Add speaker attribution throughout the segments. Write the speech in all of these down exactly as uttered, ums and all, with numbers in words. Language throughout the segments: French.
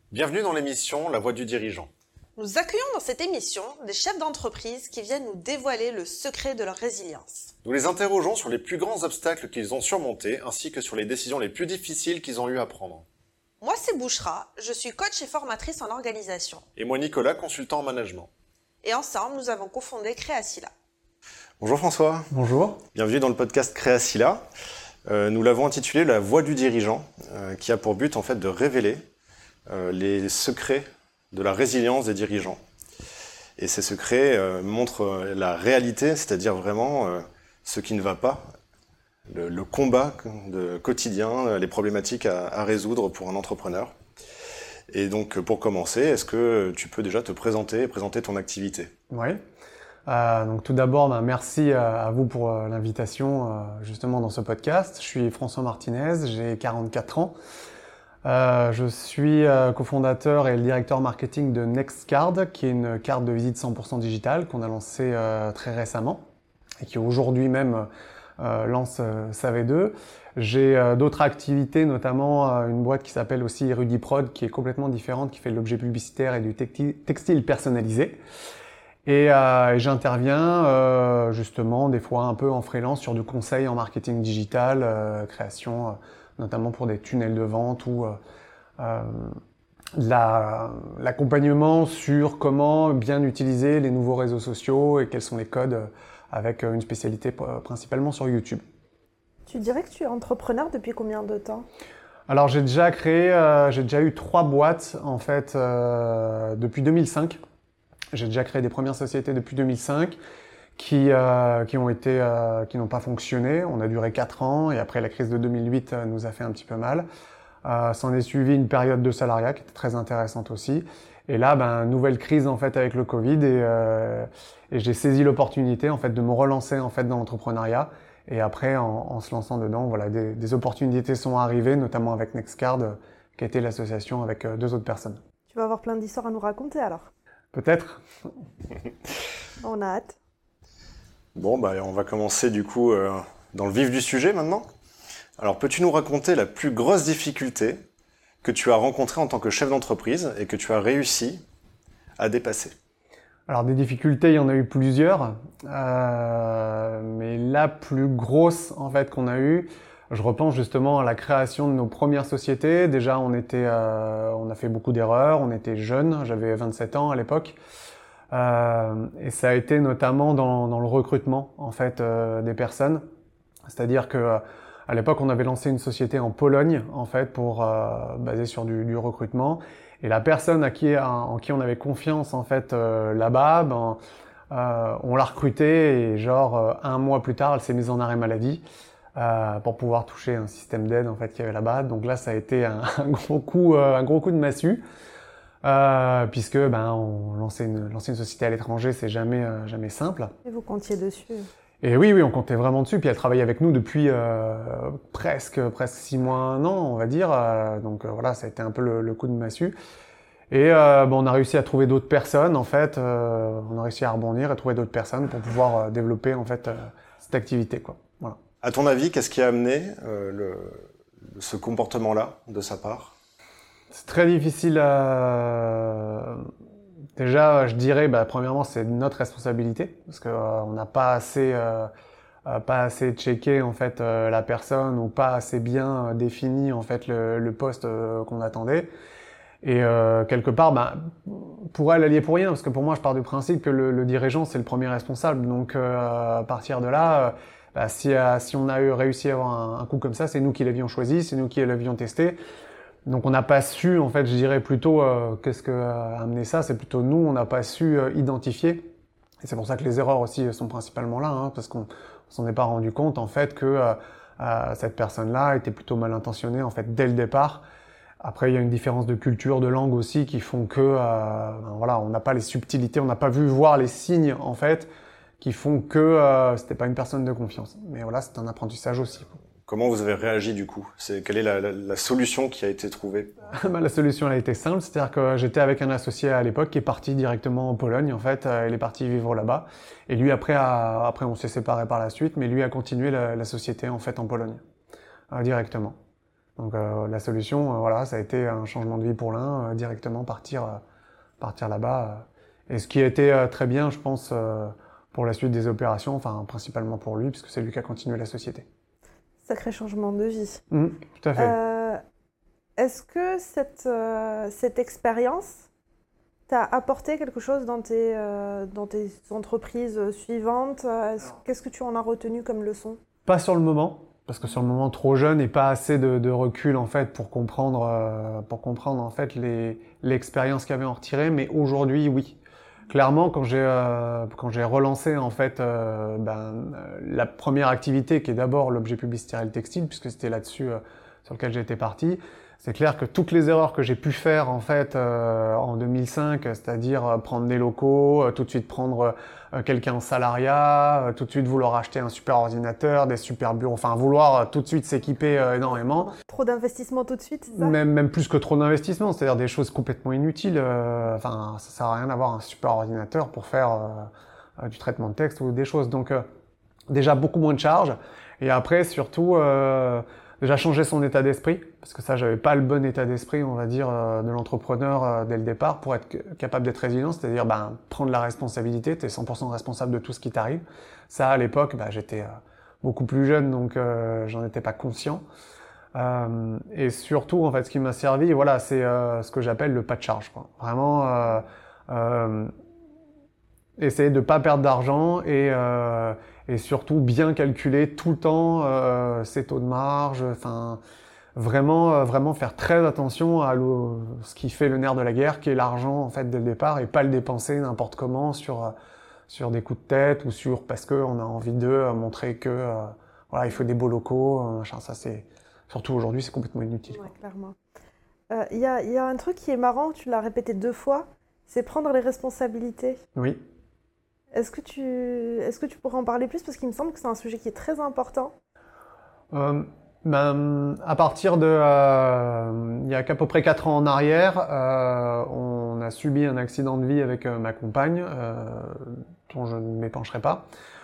Speaker 1: Bienvenue dans l'émission La Voix du dirigeant.
Speaker 2: Nous accueillons dans cette émission des chefs d'entreprise qui viennent nous dévoiler le secret de leur résilience.
Speaker 1: Nous les interrogeons sur les plus grands obstacles qu'ils ont surmontés ainsi que sur les décisions les plus difficiles qu'ils ont eu à prendre.
Speaker 2: Moi, c'est Bouchra, je suis coach et formatrice en organisation.
Speaker 1: Et moi Nicolas, consultant en management.
Speaker 2: Et ensemble, nous avons cofondé Créasila.
Speaker 1: Bonjour François.
Speaker 3: Bonjour.
Speaker 1: Bienvenue dans le podcast Créasila. Euh, nous l'avons intitulé La Voix du dirigeant, euh, qui a pour but en fait de révéler euh, les secrets de la résilience des dirigeants. Et ces secrets euh, montrent la réalité, c'est-à-dire vraiment euh, ce qui ne va pas, le, le combat de quotidien, les problématiques à, à résoudre pour un entrepreneur. Et donc pour commencer, est-ce que tu peux déjà te présenter et présenter ton activité ?
Speaker 3: Oui. Euh, donc tout d'abord, ben, merci à, à vous pour euh, l'invitation euh, justement dans ce podcast. Je suis François Martinez, j'ai quarante-quatre ans. Euh, je suis euh, cofondateur et le directeur marketing de NextCard, qui est une carte de visite cent pour cent digitale qu'on a lancée euh, très récemment et qui aujourd'hui même euh, lance euh, sa V deux. J'ai euh, d'autres activités, notamment euh, une boîte qui s'appelle aussi Rudiprod, qui est complètement différente, qui fait de l'objet publicitaire et du textile, textile personnalisé. Et, euh, et j'interviens euh, justement des fois un peu en freelance sur du conseil en marketing digital, euh, création, euh, notamment pour des tunnels de vente ou euh, euh, la, l'accompagnement sur comment bien utiliser les nouveaux réseaux sociaux et quels sont les codes, euh, avec une spécialité euh, principalement sur YouTube.
Speaker 4: Tu dirais que tu es entrepreneur depuis combien de temps ?
Speaker 3: Alors j'ai déjà créé, euh, j'ai déjà eu trois boîtes en fait euh, depuis deux mille cinq. J'ai déjà créé des premières sociétés depuis deux mille cinq qui euh, qui ont été euh, qui n'ont pas fonctionné. On a duré quatre ans et après la crise de deux mille huit euh, nous a fait un petit peu mal. Euh, s'en est suivi une période de salariat qui était très intéressante aussi. Et là, ben nouvelle crise en fait avec le Covid et euh, et j'ai saisi l'opportunité en fait de me relancer en fait dans l'entrepreneuriat. Et après, en, en se lançant dedans, voilà, des, des opportunités sont arrivées, notamment avec NextCard, euh, qui a été l'association avec euh, deux autres personnes.
Speaker 4: Tu vas avoir plein d'histoires à nous raconter alors ?
Speaker 3: Peut-être.
Speaker 4: On a hâte.
Speaker 1: Bon, bah, on va commencer du coup euh, dans le vif du sujet maintenant. Alors, peux-tu nous raconter la plus grosse difficulté que tu as rencontrée en tant que chef d'entreprise et que tu as réussi à dépasser ?
Speaker 3: Alors des difficultés, il y en a eu plusieurs, euh, mais la plus grosse en fait qu'on a eue, je repense justement à la création de nos premières sociétés. Déjà, on était, euh, on a fait beaucoup d'erreurs, on était jeunes, j'avais vingt-sept ans à l'époque, euh, et ça a été notamment dans, dans le recrutement en fait euh, des personnes. C'est-à-dire que à l'époque, on avait lancé une société en Pologne en fait pour euh, basée sur du, du recrutement. Et la personne à qui, en qui on avait confiance en fait euh, là-bas, ben, euh, on l'a recrutée et genre euh, un mois plus tard, elle s'est mise en arrêt maladie euh, pour pouvoir toucher un système d'aide en fait qu'il y avait là-bas. Donc là, ça a été un, un gros coup, euh, un gros coup de massue, euh, puisque ben on lançait une, lancer une société à l'étranger, c'est jamais, euh, jamais simple.
Speaker 4: Et vous comptiez dessus ?
Speaker 3: Et oui, oui, on comptait vraiment dessus. Puis elle travaillait avec nous depuis euh, presque, presque six mois, un an, on va dire. Euh, donc euh, voilà, ça a été un peu le, le coup de massue. Et euh, bon, on a réussi à trouver d'autres personnes, en fait. Euh, on a réussi à rebondir et trouver d'autres personnes pour pouvoir euh, développer en fait euh, cette activité, quoi. Voilà.
Speaker 1: À ton avis, qu'est-ce qui a amené euh, le, ce comportement-là de sa part ?
Speaker 3: C'est très difficile à... Déjà, je dirais, bah, premièrement, c'est notre responsabilité parce que euh, on n'a pas assez, euh, euh, pas assez checké en fait euh, la personne ou pas assez bien euh, défini en fait le, le poste euh, qu'on attendait. Et euh, quelque part, bah, pour elle, elle y est pour rien parce que pour moi, je pars du principe que le, le dirigeant c'est le premier responsable. Donc euh, à partir de là, euh, bah, si, euh, si on a eu réussi à avoir un, un coup comme ça, c'est nous qui l'avions choisi, c'est nous qui l'avions testé. Donc on n'a pas su, en fait, je dirais plutôt, euh, qu'est-ce que a amené ça, c'est plutôt nous, on n'a pas su euh, identifier. Et c'est pour ça que les erreurs aussi sont principalement là, hein, parce qu'on s'en est pas rendu compte, en fait, que euh, euh, cette personne-là était plutôt mal intentionnée, en fait, dès le départ. Après, il y a une différence de culture, de langue aussi, qui font que, euh, ben, voilà, on n'a pas les subtilités, on n'a pas vu voir les signes, en fait, qui font que euh, c'était pas une personne de confiance. Mais voilà, c'est un apprentissage aussi.
Speaker 1: Comment vous avez réagi du coup ? C'est, quelle est la, la, la solution qui a été trouvée ?
Speaker 3: Bah, la solution elle a été simple, c'est-à-dire que j'étais avec un associé à l'époque qui est parti directement en Pologne en fait, euh, il est parti vivre là-bas et lui après a, après on s'est séparés par la suite, mais lui a continué la, la société en fait en Pologne euh, directement. Donc euh, la solution, euh, voilà, ça a été un changement de vie pour l'un, euh, directement partir, euh, partir là-bas. Euh. Et ce qui a été euh, très bien, je pense, euh, pour la suite des opérations, enfin principalement pour lui, puisque c'est lui qui a continué la société.
Speaker 4: Sacré changement de vie.
Speaker 3: Mmh, tout à fait.
Speaker 4: Euh, est-ce que cette, euh, cette expérience t'a apporté quelque chose dans tes, euh, dans tes entreprises suivantes? Est-ce- Qu'est-ce que tu en as retenu comme leçon?
Speaker 3: Pas sur le moment, parce que sur le moment trop jeune et pas assez de, de recul en fait pour comprendre, euh, pour comprendre en fait les, l'expérience qu'il y avait à en retirer. Mais aujourd'hui, oui. Clairement, quand j'ai euh, quand j'ai relancé en fait euh, ben, euh, la première activité qui est d'abord l'objet publicitaire et le textile, puisque c'était là-dessus euh, sur lequel j'étais parti, c'est clair que toutes les erreurs que j'ai pu faire en fait euh, en deux mille cinq, c'est-à-dire euh, prendre des locaux, euh, tout de suite prendre euh, quelqu'un en salariat, euh, tout de suite vouloir acheter un super ordinateur, des super bureaux, enfin vouloir euh, tout de suite s'équiper euh, énormément.
Speaker 4: Trop d'investissement tout de suite, c'est ça?
Speaker 3: Même, même plus que trop d'investissement, c'est-à-dire des choses complètement inutiles. euh, Enfin, ça sert à rien d'avoir un super ordinateur pour faire euh, euh, du traitement de texte ou des choses. Donc euh, déjà beaucoup moins de charges. Et après, surtout, euh, déjà changer son état d'esprit, parce que ça, j'avais pas le bon état d'esprit, on va dire, euh, de l'entrepreneur euh, dès le départ, pour être capable d'être résilient, c'est-à-dire ben, prendre la responsabilité. T'es cent pour cent responsable de tout ce qui t'arrive. Ça, à l'époque, ben, j'étais euh, beaucoup plus jeune, donc euh, j'en étais pas conscient. Euh, et surtout, en fait, ce qui m'a servi, voilà, c'est euh, ce que j'appelle le pas de charge, quoi. Vraiment, euh, euh, essayer de pas perdre d'argent et, euh, et surtout bien calculer tout le temps euh, ses taux de marge. Enfin, vraiment, euh, vraiment faire très attention à le, ce qui fait le nerf de la guerre, qui est l'argent en fait dès le départ, et pas le dépenser n'importe comment sur sur des coups de tête ou sur parce que on a envie de euh, montrer que euh, voilà, il faut des beaux locaux, euh, machin. Ça c'est surtout aujourd'hui, c'est complètement inutile.
Speaker 4: Ouais, clairement. Il euh, y, a, y a un truc qui est marrant, tu l'as répété deux fois, c'est prendre les responsabilités.
Speaker 3: Oui.
Speaker 4: Est-ce que tu, est-ce que tu pourrais en parler plus? Parce qu'il me semble que c'est un sujet qui est très important.
Speaker 3: Euh, ben, à partir de... Euh, il y a qu'à peu près quatre ans en arrière, euh, on a subi un accident de vie avec euh, ma compagne, euh, dont je ne m'épancherai pas,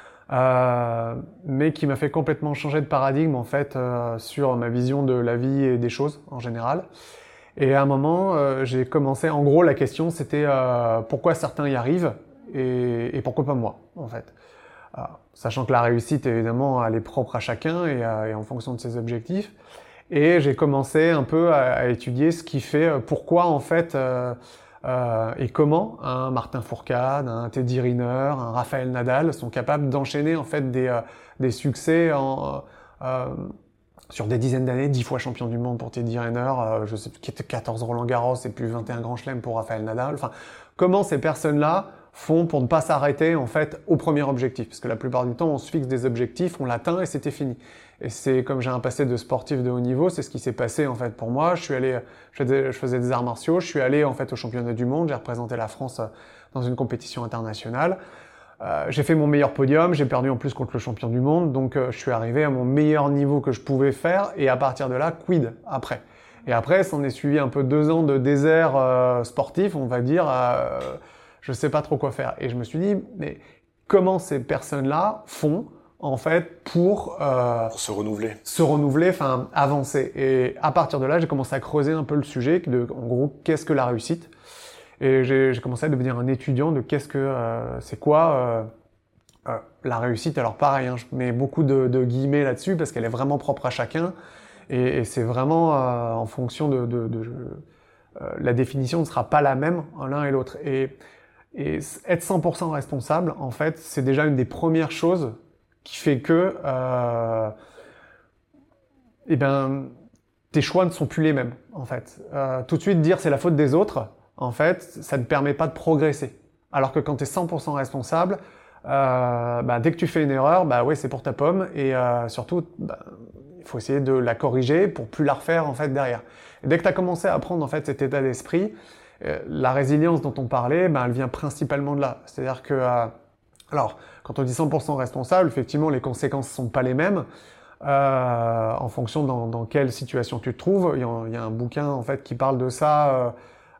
Speaker 3: euh, mais qui m'a fait complètement changer de paradigme en fait euh, sur ma vision de la vie et des choses en général. Et à un moment, euh, j'ai commencé... En gros, la question, c'était euh, pourquoi certains y arrivent et, et pourquoi pas moi, en fait. Alors, sachant que la réussite, évidemment, elle est propre à chacun et, à, et en fonction de ses objectifs. Et j'ai commencé un peu à, à étudier ce qui fait, euh, pourquoi, en fait, euh, euh, et comment un Martin Fourcade, un Teddy Riner, un Rafael Nadal sont capables d'enchaîner, en fait, des, euh, des succès en... Euh, sur des dizaines d'années, dix fois champion du monde pour Teddy Riner, euh, je sais plus, quatorze Roland Garros et plus vingt et un Grand Chelem pour Rafael Nadal. Enfin, comment ces personnes-là font pour ne pas s'arrêter en fait au premier objectif? Parce que la plupart du temps, on se fixe des objectifs, on l'atteint et c'était fini. Et c'est comme j'ai un passé de sportif de haut niveau, c'est ce qui s'est passé en fait pour moi. Je suis allé, je faisais, je faisais des arts martiaux, je suis allé en fait au championnat du monde, j'ai représenté la France dans une compétition internationale. Euh, j'ai fait mon meilleur podium, j'ai perdu en plus contre le champion du monde, donc euh, je suis arrivé à mon meilleur niveau que je pouvais faire, et à partir de là, quid après? Et après, s'en est suivi un peu deux ans de désert euh, sportif, on va dire, euh, je sais pas trop quoi faire. Et je me suis dit, mais comment ces personnes-là font, en fait, pour... Euh,
Speaker 1: pour se renouveler.
Speaker 3: Se renouveler, enfin, avancer. Et à partir de là, j'ai commencé à creuser un peu le sujet, de, en gros, qu'est-ce que la réussite? Et j'ai, j'ai commencé à devenir un étudiant de qu'est-ce que euh, c'est quoi euh, euh, la réussite. Alors pareil, hein, je mets beaucoup de, de guillemets là-dessus parce qu'elle est vraiment propre à chacun et, et c'est vraiment euh, en fonction de, de, de euh, la définition ne sera pas la même l'un et l'autre. Et, et être cent pour cent responsable, en fait, c'est déjà une des premières choses qui fait que euh, eh ben tes choix ne sont plus les mêmes. En fait, euh, tout de suite dire c'est la faute des autres. En fait, ça ne permet pas de progresser. Alors que quand tu es cent pour cent responsable, euh, bah, dès que tu fais une erreur, bah ouais, c'est pour ta pomme. Et euh, surtout, bah, il faut essayer de la corriger pour plus la refaire en fait derrière. Et dès que tu as commencé à prendre en fait cet état d'esprit, euh, la résilience dont on parlait, bah, elle vient principalement de là. C'est-à-dire que, euh, alors, quand on dit cent pour cent responsable, effectivement, les conséquences sont pas les mêmes. Euh, en fonction dans, dans quelle situation tu te trouves. Il y a, il y a un bouquin en fait qui parle de ça. Euh,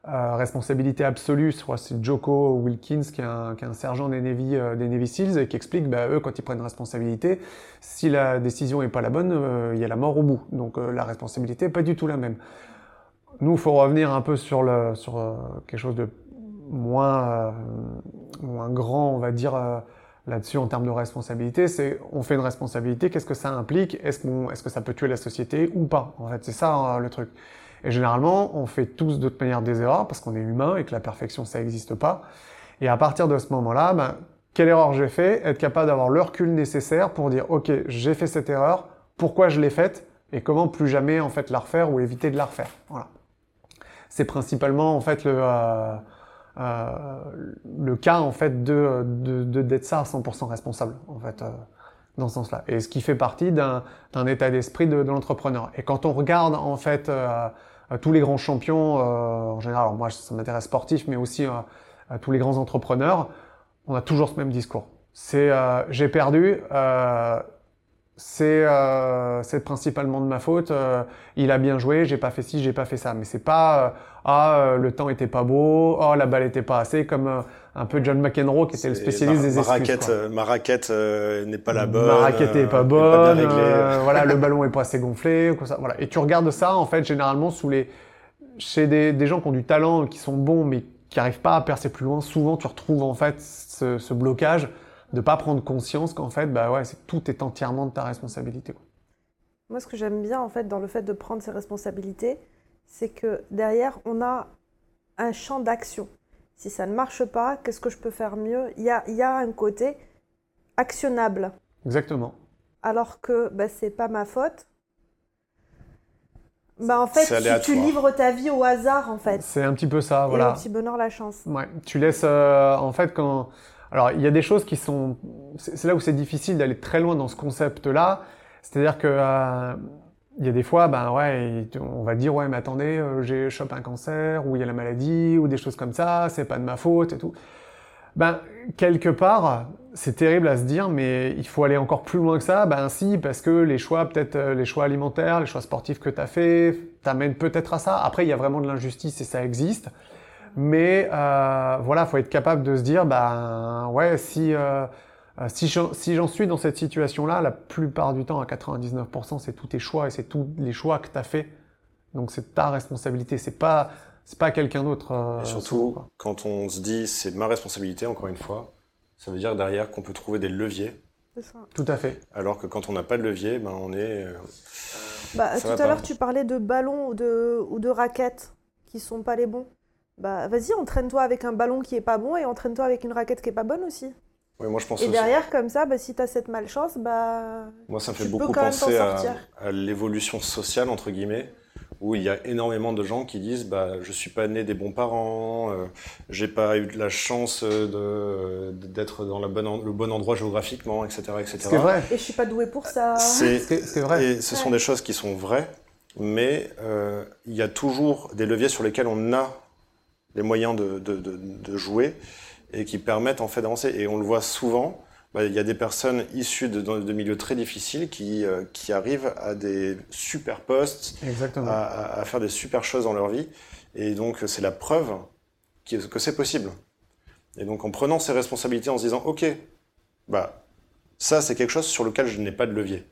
Speaker 3: euh, responsabilité absolue, je crois que c'est Joko Wilkins, qui est un, qui est un sergent des Navy, euh, des Navy Seals, et qui explique, bah, eux, quand ils prennent responsabilité, si la décision est pas la bonne, euh, il y a la mort au bout. Donc euh, la responsabilité n'est pas du tout la même. Nous, il faut revenir un peu sur, le, sur euh, quelque chose de moins, euh, moins grand, on va dire, euh, là-dessus en termes de responsabilité. C'est, on fait une responsabilité, qu'est-ce que ça implique? Est-ce qu'on, est-ce que ça peut tuer la société ou pas? En fait, c'est ça euh, le truc. Et généralement, on fait tous de toute manière des erreurs parce qu'on est humain et que la perfection, ça n'existe pas. Et à partir de ce moment-là, ben, quelle erreur j'ai fait? Être capable d'avoir le recul nécessaire pour dire, ok, j'ai fait cette erreur, pourquoi je l'ai faite et comment plus jamais en fait la refaire ou éviter de la refaire. Voilà. C'est principalement en fait le euh, euh, le cas en fait de, de, de d'être ça à cent pour cent responsable en fait euh, dans ce sens-là. Et ce qui fait partie d'un, d'un état d'esprit de, de l'entrepreneur. Et quand on regarde en fait euh, tous les grands champions, euh, en général, alors moi ça m'intéresse sportif, mais aussi euh, tous les grands entrepreneurs, on a toujours ce même discours. C'est euh, j'ai perdu, euh, c'est euh, c'est principalement de ma faute. Euh, il a bien joué, j'ai pas fait ci, j'ai pas fait ça. Mais c'est pas euh, ah euh, le temps était pas beau, oh la balle était pas assez, comme euh, un peu John McEnroe qui était le spécialiste
Speaker 1: ma,
Speaker 3: des
Speaker 1: ma
Speaker 3: excuses.
Speaker 1: Raquette, euh, ma raquette euh, n'est pas la bonne.
Speaker 3: Ma raquette est pas
Speaker 1: euh,
Speaker 3: bonne.
Speaker 1: Est pas bien
Speaker 3: euh, voilà, le ballon est pas assez gonflé, ou quoi ça. Voilà. Et tu regardes ça en fait généralement sous les chez des, des gens qui ont du talent, qui sont bons, mais qui n'arrivent pas à percer plus loin. Souvent, tu retrouves en fait ce, ce blocage de pas prendre conscience qu'en fait, bah ouais, c'est, tout est entièrement de ta responsabilité, quoi.
Speaker 4: Moi, ce que j'aime bien en fait dans le fait de prendre ses responsabilités, c'est que derrière, on a un champ d'action. Si ça ne marche pas, qu'est-ce que je peux faire mieux? Il y a, il y a un côté actionnable.
Speaker 3: Exactement.
Speaker 4: Alors que bah, c'est pas ma faute. Bah, en fait,
Speaker 1: C'est
Speaker 4: tu, tu
Speaker 1: aléatoire.
Speaker 4: livres ta vie au hasard, en fait.
Speaker 3: C'est un petit peu ça,
Speaker 4: Et
Speaker 3: voilà.
Speaker 4: au petit bonheur, la chance.
Speaker 3: Ouais, tu laisses, euh, en fait, quand... Alors, il y a des choses qui sont... C'est c'est là où c'est difficile d'aller très loin dans ce concept-là. C'est-à-dire que euh, il y a des fois, ben ouais, on va dire, ouais, mais attendez, euh, j'ai chopé un cancer, ou il y a la maladie, ou des choses comme ça, c'est pas de ma faute et tout. Ben, quelque part, c'est terrible à se dire, mais il faut aller encore plus loin que ça. Ben si, parce que les choix, peut-être euh, les choix alimentaires, les choix sportifs que tu as fait, t'amènent peut-être à ça. Après, il y a vraiment de l'injustice et ça existe. Mais euh, voilà, faut être capable de se dire, ben ouais, si euh, si j'en, si j'en suis dans cette situation-là, la plupart du temps, à quatre-vingt-dix-neuf pour cent, c'est tous tes choix et c'est tous les choix que tu as fait. Donc c'est ta responsabilité, c'est pas c'est pas quelqu'un d'autre. Euh,
Speaker 1: Et surtout,
Speaker 3: souvent, quoi.
Speaker 1: quand on se dit c'est ma responsabilité, encore une fois, ça veut dire derrière qu'on peut trouver des leviers.
Speaker 4: C'est ça.
Speaker 3: Tout à fait.
Speaker 1: Alors que quand on n'a pas de levier, ben on est. euh,
Speaker 4: Bah,
Speaker 1: Ça
Speaker 4: tout
Speaker 1: va
Speaker 4: à
Speaker 1: pas.
Speaker 4: l'heure, tu parlais de ballons ou de, ou de raquettes qui sont pas les bons. Bah, vas-y, entraîne-toi avec un ballon qui est pas bon et entraîne-toi avec une raquette qui est pas bonne aussi.
Speaker 1: Ouais, moi je pense
Speaker 4: Et
Speaker 1: aussi.
Speaker 4: derrière, comme ça, bah, si tu as cette malchance, bah,
Speaker 1: Moi, ça me fait
Speaker 4: tu peux
Speaker 1: beaucoup
Speaker 4: quand même t'en
Speaker 1: penser à,
Speaker 4: sortir.
Speaker 1: à l'évolution sociale, entre guillemets, où il y a énormément de gens qui disent bah, je suis pas né des bons parents, euh, j'ai pas eu de la chance de, d'être dans la bonne en- le bon endroit géographiquement, et cetera, et cetera.
Speaker 3: Ce qui est vrai.
Speaker 4: Et je suis pas douée pour ça.
Speaker 1: C'est,
Speaker 3: Ce qui est- ce qui est vrai.
Speaker 1: Et ce sont
Speaker 4: Ouais.
Speaker 1: des choses qui sont vraies, mais euh, il y a toujours des leviers sur lesquels on a les moyens de, de, de, de jouer et qui permettent en fait d'avancer. Et on le voit souvent. Bah, il y a des personnes issues de, de milieux très difficiles qui, euh, qui arrivent à des super postes,
Speaker 3: Exactement.
Speaker 1: à, à- à faire des super choses dans leur vie. Et donc, c'est la preuve qui- que c'est possible. Et donc, en prenant ses responsabilités, en se disant, OK, bah, ça, c'est quelque chose sur lequel je n'ai pas de levier.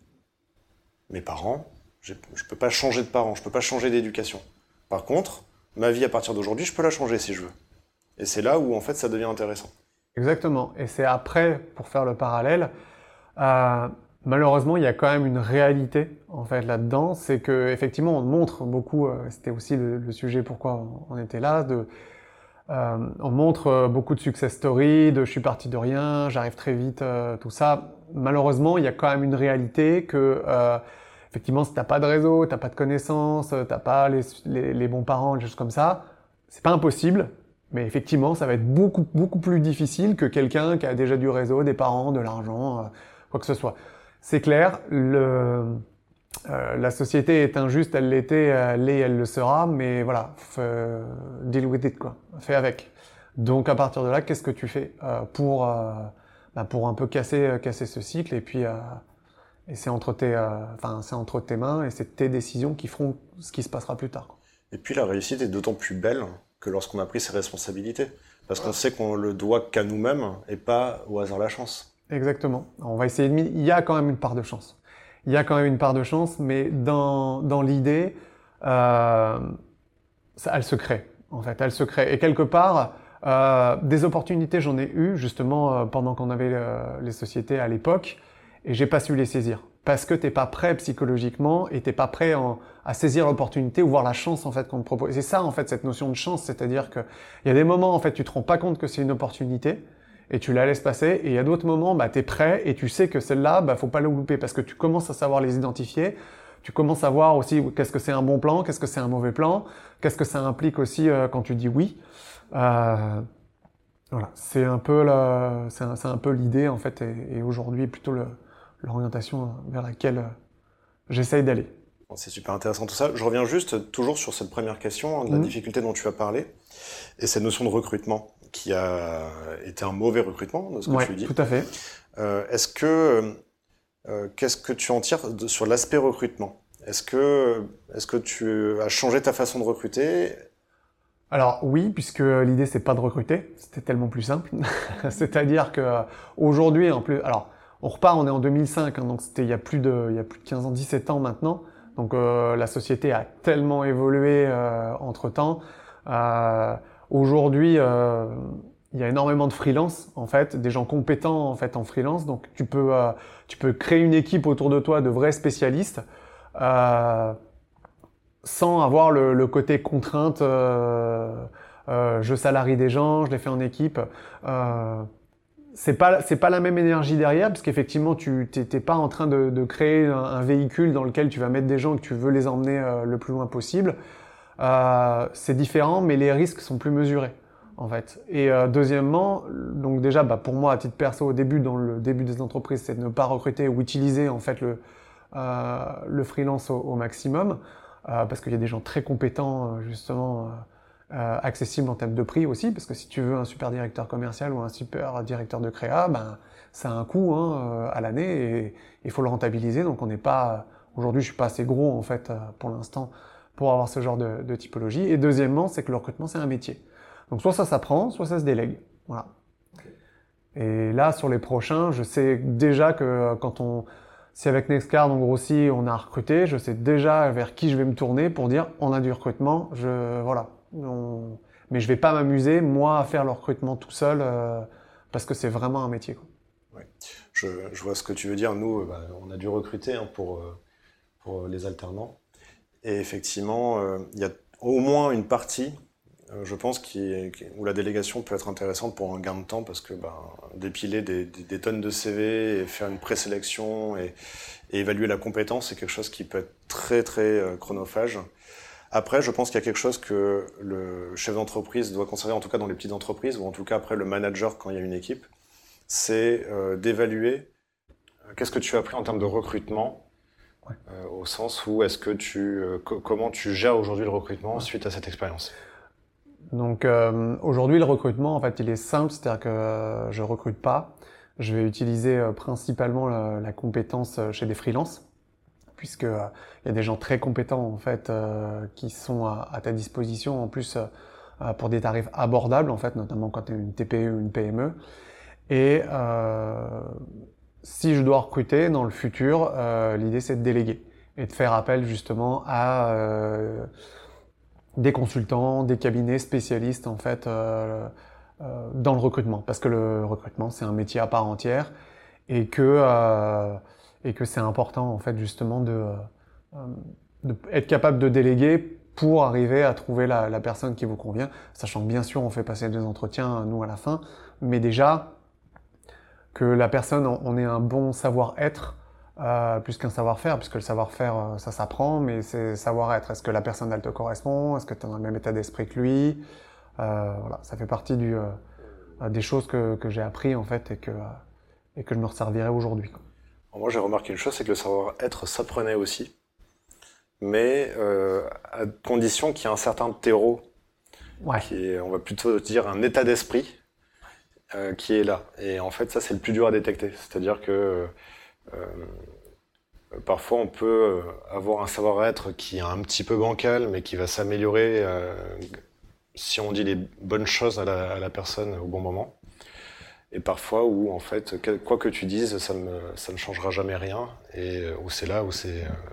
Speaker 1: Mes parents, j'ai- je ne peux pas changer de parents, je ne peux pas changer d'éducation. Par contre, ma vie à partir d'aujourd'hui, je peux la changer si je veux. Et c'est là où, en fait, ça devient intéressant.
Speaker 3: Exactement. Et c'est après, pour faire le parallèle, euh, malheureusement, il y a quand même une réalité en fait là-dedans, c'est que effectivement, on montre beaucoup. Euh, c'était aussi le, le sujet pourquoi on, on était là. De, euh, on montre euh, beaucoup de success stories, de je suis parti de rien, j'arrive très vite, euh, tout ça. Malheureusement, il y a quand même une réalité que euh, effectivement, si t'as pas de réseau, t'as pas de connaissances, t'as pas les, les, les bons parents, des choses comme ça, c'est pas impossible. Mais effectivement, ça va être beaucoup, beaucoup plus difficile que quelqu'un qui a déjà du réseau, des parents, de l'argent, euh, quoi que ce soit. C'est clair, le, euh, la société est injuste, elle l'était, elle l'est, elle le sera, mais voilà, f- euh, deal with it, quoi. Fais avec. Donc à partir de là, qu'est-ce que tu fais euh, pour, euh, bah, pour un peu casser, casser ce cycle et puis euh, et c'est entre tes, euh, enfin c'est entre tes mains et c'est tes décisions qui feront ce qui se passera plus tard, quoi.
Speaker 1: Et puis, la réussite est d'autant plus belle que lorsqu'on a pris ses responsabilités. Parce qu'on sait qu'on le doit qu'à nous-mêmes et pas au hasard de la chance.
Speaker 3: Exactement. On va essayer de... Il y a quand même une part de chance. Il y a quand même une part de chance, mais dans, dans l'idée, euh, ça, elle se crée, en fait. Elle se crée. Et quelque part, euh, des opportunités, j'en ai eu, justement, euh, pendant qu'on avait euh, les sociétés à l'époque, et j'ai pas su les saisir. Parce que t'es pas prêt psychologiquement et t'es pas prêt en, à saisir l'opportunité ou voir la chance, en fait, qu'on te propose. Et c'est ça, en fait, cette notion de chance. C'est-à-dire que il y a des moments, en fait, tu te rends pas compte que c'est une opportunité et tu la laisses passer. Et il y a d'autres moments, bah, t'es prêt et tu sais que celle-là, bah, faut pas la louper parce que tu commences à savoir les identifier. Tu commences à voir aussi qu'est-ce que c'est un bon plan, qu'est-ce que c'est un mauvais plan, qu'est-ce que ça implique aussi euh, quand tu dis oui. Euh, voilà. C'est un peu la, c'est un, c'est un peu l'idée, en fait, et, et aujourd'hui, plutôt le, l'orientation vers laquelle euh, j'essaye d'aller.
Speaker 1: Bon, c'est super intéressant tout ça. Je reviens juste toujours sur cette première question, hein, de la
Speaker 3: Mmh.
Speaker 1: difficulté dont tu as parlé, et cette notion de recrutement, qui a été un mauvais recrutement, de ce que
Speaker 3: Ouais,
Speaker 1: tu dis.
Speaker 3: tout à fait.
Speaker 1: Euh, est-ce que, euh, qu'est-ce que tu en tires de- sur l'aspect recrutement? Est-ce que, est-ce que tu as changé ta façon de recruter?
Speaker 3: Alors oui, puisque l'idée c'est pas de recruter, c'était tellement plus simple. C'est-à-dire que euh, aujourd'hui, en plus, alors on repart, on est en deux mille cinq, hein, donc c'était il y a plus de, il y a plus de quinze ans, dix-sept ans maintenant. Donc euh, la société a tellement évolué euh, entre temps. Euh, aujourd'hui, euh, il y a énormément de freelance en fait, des gens compétents en fait en freelance. Donc tu peux, euh, tu peux créer une équipe autour de toi de vrais spécialistes. Euh, sans avoir le, le côté contrainte, euh, euh, je salarie des gens, je les fais en équipe. Euh, c'est pas c'est pas la même énergie derrière, parce qu'effectivement tu t'es t'es pas en train de, de créer un, un véhicule dans lequel tu vas mettre des gens et que tu veux les emmener euh, le plus loin possible. Euh, c'est différent, mais les risques sont plus mesurés en fait. Et euh, deuxièmement, donc déjà bah, pour moi à titre perso au début dans le début des entreprises, c'est de ne pas recruter ou utiliser en fait le euh, le freelance au, au maximum. Euh, parce qu'il y a des gens très compétents, euh, justement, euh, euh, accessibles en termes de prix aussi, parce que si tu veux un super directeur commercial ou un super directeur de créa, ben, ça a un coût hein, euh, à l'année et il faut le rentabiliser. Donc on n'est pas, aujourd'hui je suis pas assez gros en fait euh, pour l'instant pour avoir ce genre de, de typologie. Et deuxièmement, c'est que le recrutement c'est un métier. Donc soit ça s'apprend, soit ça se délègue. Voilà. Et là sur les prochains, je sais déjà que euh, quand on si avec Nextcard on grossit, on a recruté, je sais déjà vers qui je vais me tourner pour dire on a du recrutement, je voilà. On... Mais je vais pas m'amuser moi à faire le recrutement tout seul euh, parce que c'est vraiment un métier, quoi.
Speaker 1: Ouais. Je, je vois ce que tu veux dire. Nous, euh, bah, on a dû recruter hein, pour, euh, pour les alternants. Et effectivement, euh, il y a au moins une partie, euh, je pense, qui, qui- où la délégation peut être intéressante pour un gain de temps parce que bah, dépiler des, des- des tonnes de C V et faire une présélection et, et évaluer la compétence, c'est quelque chose qui peut être très très euh, chronophage. Après, je pense qu'il y a quelque chose que le chef d'entreprise doit conserver, en tout cas dans les petites entreprises, ou en tout cas après le manager quand il y a une équipe, c'est euh, d'évaluer euh, qu'est-ce que tu as appris en termes de recrutement,
Speaker 3: Ouais.
Speaker 1: euh, au sens où est-ce que tu, euh, co- comment tu gères aujourd'hui le recrutement suite à cette expérience.
Speaker 3: Donc euh, aujourd'hui le recrutement en fait il est simple, c'est-à-dire que euh, je recrute pas, je vais utiliser euh, principalement la, la compétence euh, chez des freelances, puisque euh, il y a des gens très compétents en fait euh, qui sont à, à ta disposition en plus euh, euh, pour des tarifs abordables en fait, notamment quand tu es une T P E ou une P M E. Et euh, si je dois recruter dans le futur, euh, l'idée c'est de déléguer et de faire appel justement à euh, des consultants, des cabinets spécialistes en fait euh, euh, dans le recrutement, parce que le recrutement c'est un métier à part entière et que euh, et que c'est important en fait justement de, euh, de être capable de déléguer pour arriver à trouver la, la personne qui vous convient, sachant que bien sûr on fait passer des entretiens nous à la fin, mais déjà que la personne on, on ait un bon savoir-être euh, plus qu'un savoir-faire, puisque le savoir-faire, euh, ça s'apprend, mais c'est savoir-être. Est-ce que la personne, elle te correspond? Est-ce que tu es dans le même état d'esprit que lui? euh, Voilà, ça fait partie du, euh, des choses que, que j'ai appris, en fait, et que, euh, et que je me resservirai aujourd'hui, quoi.
Speaker 1: Alors moi, j'ai remarqué une chose, c'est que le savoir-être s'apprenait aussi, mais euh, à condition qu'il y ait un certain terreau,
Speaker 3: Ouais,
Speaker 1: qui est, on va plutôt dire, un état d'esprit euh, qui est là. Et en fait, ça, c'est le plus dur à détecter. C'est-à-dire que euh, parfois, on peut avoir un savoir-être qui est un petit peu bancal, mais qui va s'améliorer euh, si on dit les bonnes choses à la, à la personne au bon moment. Et parfois où, en fait, quoi que tu dises, ça, me, ça ne changera jamais rien. Et où c'est là où c'est euh,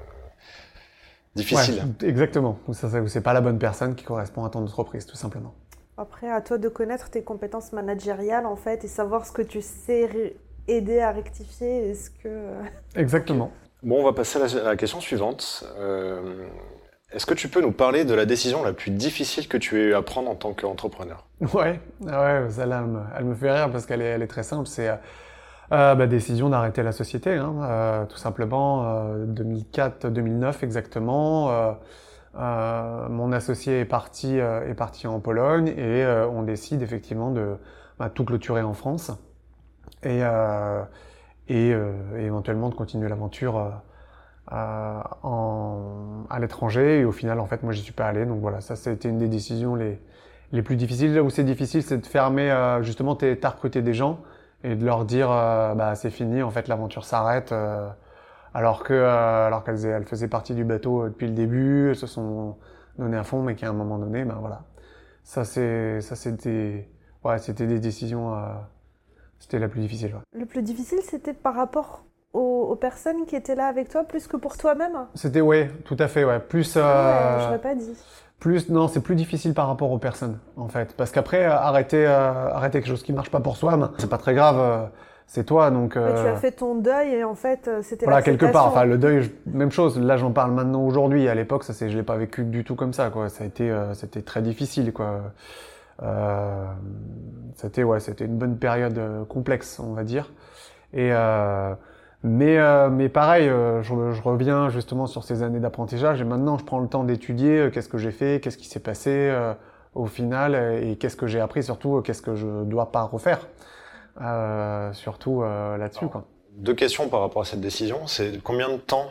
Speaker 1: difficile.
Speaker 3: Ouais, exactement. Où, ça, où c'est pas la bonne personne qui correspond à ton entreprise, tout simplement.
Speaker 4: Après, à toi de connaître tes compétences managériales, en fait, et savoir ce que tu sais ré- aider à rectifier. Est-ce que...
Speaker 3: Exactement.
Speaker 1: Bon, on va passer à la, à la question suivante. Euh, est-ce que tu peux nous parler de la décision la plus difficile que tu aies eu à prendre en tant qu'entrepreneur ?
Speaker 3: Ouais, ouais, celle-là, elle me, elle me fait rire parce qu'elle est, elle est très simple. C'est euh, bah, décision d'arrêter la société, hein, euh, tout simplement. Euh, deux mille quatre deux mille neuf exactement. Euh, euh, mon associé est parti, euh, est parti en Pologne et euh, on décide effectivement de bah, tout clôturer en France et, euh, et, euh, et éventuellement de continuer l'aventure euh, euh, en, à l'étranger. Et au final, en fait, moi, j'y suis pas allé. Donc voilà, ça, c'était une des décisions les les plus difficiles. Là où c'est difficile, c'est de fermer, euh, justement, t'as recruté des gens et de leur dire, euh, bah, c'est fini, en fait, l'aventure s'arrête, euh, alors que, euh, alors qu'elles elles faisaient partie du bateau depuis le début, elles se sont données à fond, mais qu'à un moment donné, ben voilà. Ça, c'est, ça, c'était, ouais, c'était des décisions, euh, c'était la plus difficile, ouais.
Speaker 4: Le plus difficile, c'était par rapport aux, aux personnes qui étaient là avec toi, plus que pour toi-même.
Speaker 3: C'était, ouais, tout à fait, ouais. Plus, euh,
Speaker 4: Ouais, j'aurais pas dit.
Speaker 3: Plus, non, c'est plus difficile par rapport aux personnes, en fait. Parce qu'après, euh, arrêter, euh, arrêter quelque chose qui marche pas pour soi, ben, c'est pas très grave, euh, c'est toi, donc...
Speaker 4: Mais tu
Speaker 3: euh,
Speaker 4: as fait ton deuil et en fait, euh, c'était
Speaker 3: Voilà, quelque part.
Speaker 4: l'acceptation.
Speaker 3: Enfin, le deuil, je- même chose. Là, j'en parle maintenant aujourd'hui. À l'époque, ça, c'est, je l'ai pas vécu du tout comme ça, quoi. Ça a été, euh, c'était très difficile, quoi. Euh, c'était, ouais, c'était une bonne période euh, complexe, on va dire. Et euh, mais, euh, mais pareil, euh, je, je reviens justement sur ces années d'apprentissage et maintenant, je prends le temps d'étudier euh, qu'est-ce que j'ai fait, qu'est-ce qui s'est passé euh, au final euh, et qu'est-ce que j'ai appris, surtout euh, qu'est-ce que je dois pas refaire, euh, surtout euh, là-dessus, quoi.
Speaker 1: Deux questions par rapport à cette décision. C'est combien de temps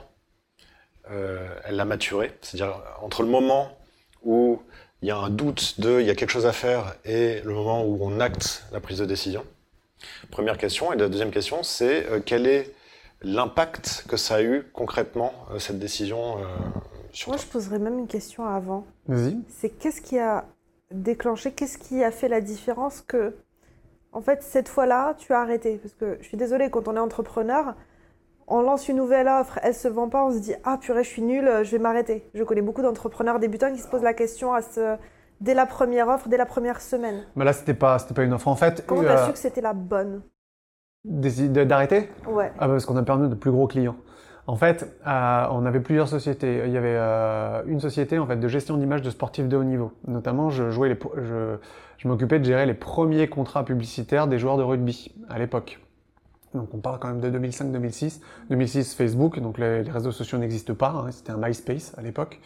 Speaker 1: euh, elle l'a maturé ? C'est-à-dire entre le moment où il y a un doute de il y a quelque chose à faire et le moment où on acte la prise de décision. Première question. Et la deuxième question, c'est euh, quel est l'impact que ça a eu concrètement, euh, cette décision euh, sur
Speaker 4: Moi,
Speaker 1: toi ?
Speaker 4: je poserais même une question avant.
Speaker 3: Vas-y.
Speaker 4: C'est qu'est-ce qui a déclenché, qu'est-ce qui a fait la différence que, en fait, cette fois-là, tu as arrêté? Parce que je suis désolée, quand on est entrepreneur, on lance une nouvelle offre, elle se vend pas, on se dit ah purée, je suis nulle, je vais m'arrêter. Je connais beaucoup d'entrepreneurs débutants qui se posent la question à ce, dès la première offre, dès la première semaine.
Speaker 3: Mais là, c'était pas, c'était pas une offre. En fait,
Speaker 4: Comment
Speaker 3: euh,
Speaker 4: t'as su que c'était la bonne?
Speaker 3: décide d'arrêter?
Speaker 4: Ouais.
Speaker 3: Ah bah parce qu'on a perdu de plus gros clients. En fait, euh, on avait plusieurs sociétés. Il y avait euh, une société en fait de gestion d'images de sportifs de haut niveau. Notamment, je jouais les, je, je m'occupais de gérer les premiers contrats publicitaires des joueurs de rugby à l'époque. Donc on parle quand même de deux mille cinq deux mille six. deux mille six, Facebook, donc les, les réseaux sociaux n'existent pas. Hein, c'était un MySpace à l'époque.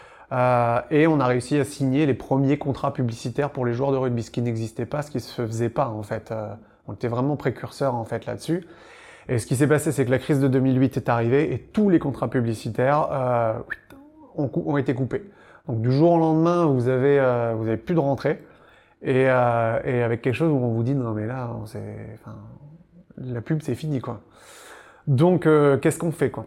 Speaker 3: Euh, et on a réussi à signer les premiers contrats publicitaires pour les joueurs de rugby, ce qui n'existait pas, ce qui se faisait pas en fait. Euh, on était vraiment précurseurs en fait là-dessus. Et ce qui s'est passé, c'est que la crise de deux mille huit est arrivée et tous les contrats publicitaires euh, ont, ont été coupés. Donc du jour au lendemain, vous avez, euh, vous avez plus de rentrée et, euh, et avec quelque chose où on vous dit non mais là, c'est, enfin, la pub c'est fini quoi. Donc euh, qu'est-ce qu'on fait quoi?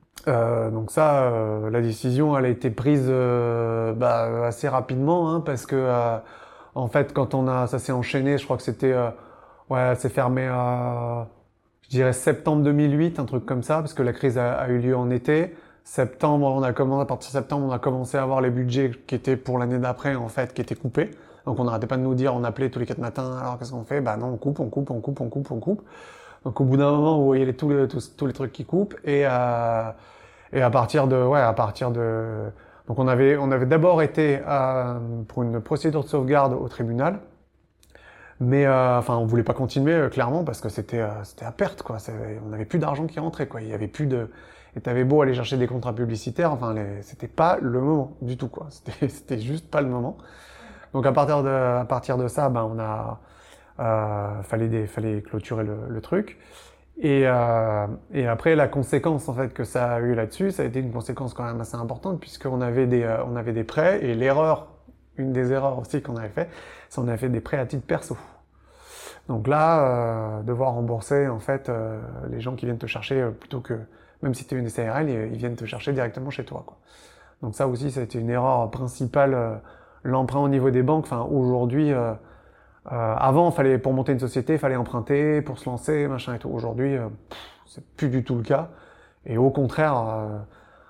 Speaker 3: Euh, donc ça, euh, la décision, elle a été prise euh, bah, assez rapidement hein, parce que euh, en fait, quand on a, ça s'est enchaîné, je crois que c'était, euh, ouais, c'est fermé à, je dirais septembre deux mille huit, un truc comme ça, parce que la crise a, a eu lieu en été. Septembre, on a commencé, à partir de septembre, on a commencé à avoir les budgets qui étaient pour l'année d'après, en fait, qui étaient coupés. Donc on n'arrêtait pas de nous dire, on appelait tous les quatre matins, alors qu'est-ce qu'on fait? Bah non, on coupe, on coupe, on coupe, on coupe, on coupe. Donc au bout d'un moment, vous voyez les, tous, les, tous, tous les trucs qui coupent, et euh, et à partir de, ouais, à partir de, donc on avait, on avait d'abord été euh, pour une procédure de sauvegarde au tribunal, mais euh, enfin on voulait pas continuer euh, clairement parce que c'était, euh, c'était à perte quoi. C'est, on avait plus d'argent qui rentrait quoi. Il y avait plus de, et t'avais beau aller chercher des contrats publicitaires, enfin les, c'était pas le moment du tout quoi. C'était, c'était juste pas le moment. Donc à partir de, à partir de ça, ben on a, euh, fallait des, fallait clôturer le, le truc. Et, euh, et après, la conséquence en fait que ça a eu là-dessus, ça a été une conséquence quand même assez importante puisqu'on avait des, euh, on avait des prêts et l'erreur, une des erreurs aussi qu'on avait fait, c'est qu'on avait fait des prêts à titre perso. Donc là, euh, devoir rembourser en fait euh, les gens qui viennent te chercher euh, plutôt que, même si tu es une S A R L, ils, ils viennent te chercher directement chez toi, quoi. Donc ça aussi, ça a été une erreur principale euh, l'emprunt au niveau des banques, enfin aujourd'hui, euh, euh, avant, fallait pour monter une société, il fallait emprunter pour se lancer, machin et tout. Aujourd'hui, euh, pff, c'est plus du tout le cas. Et au contraire, euh,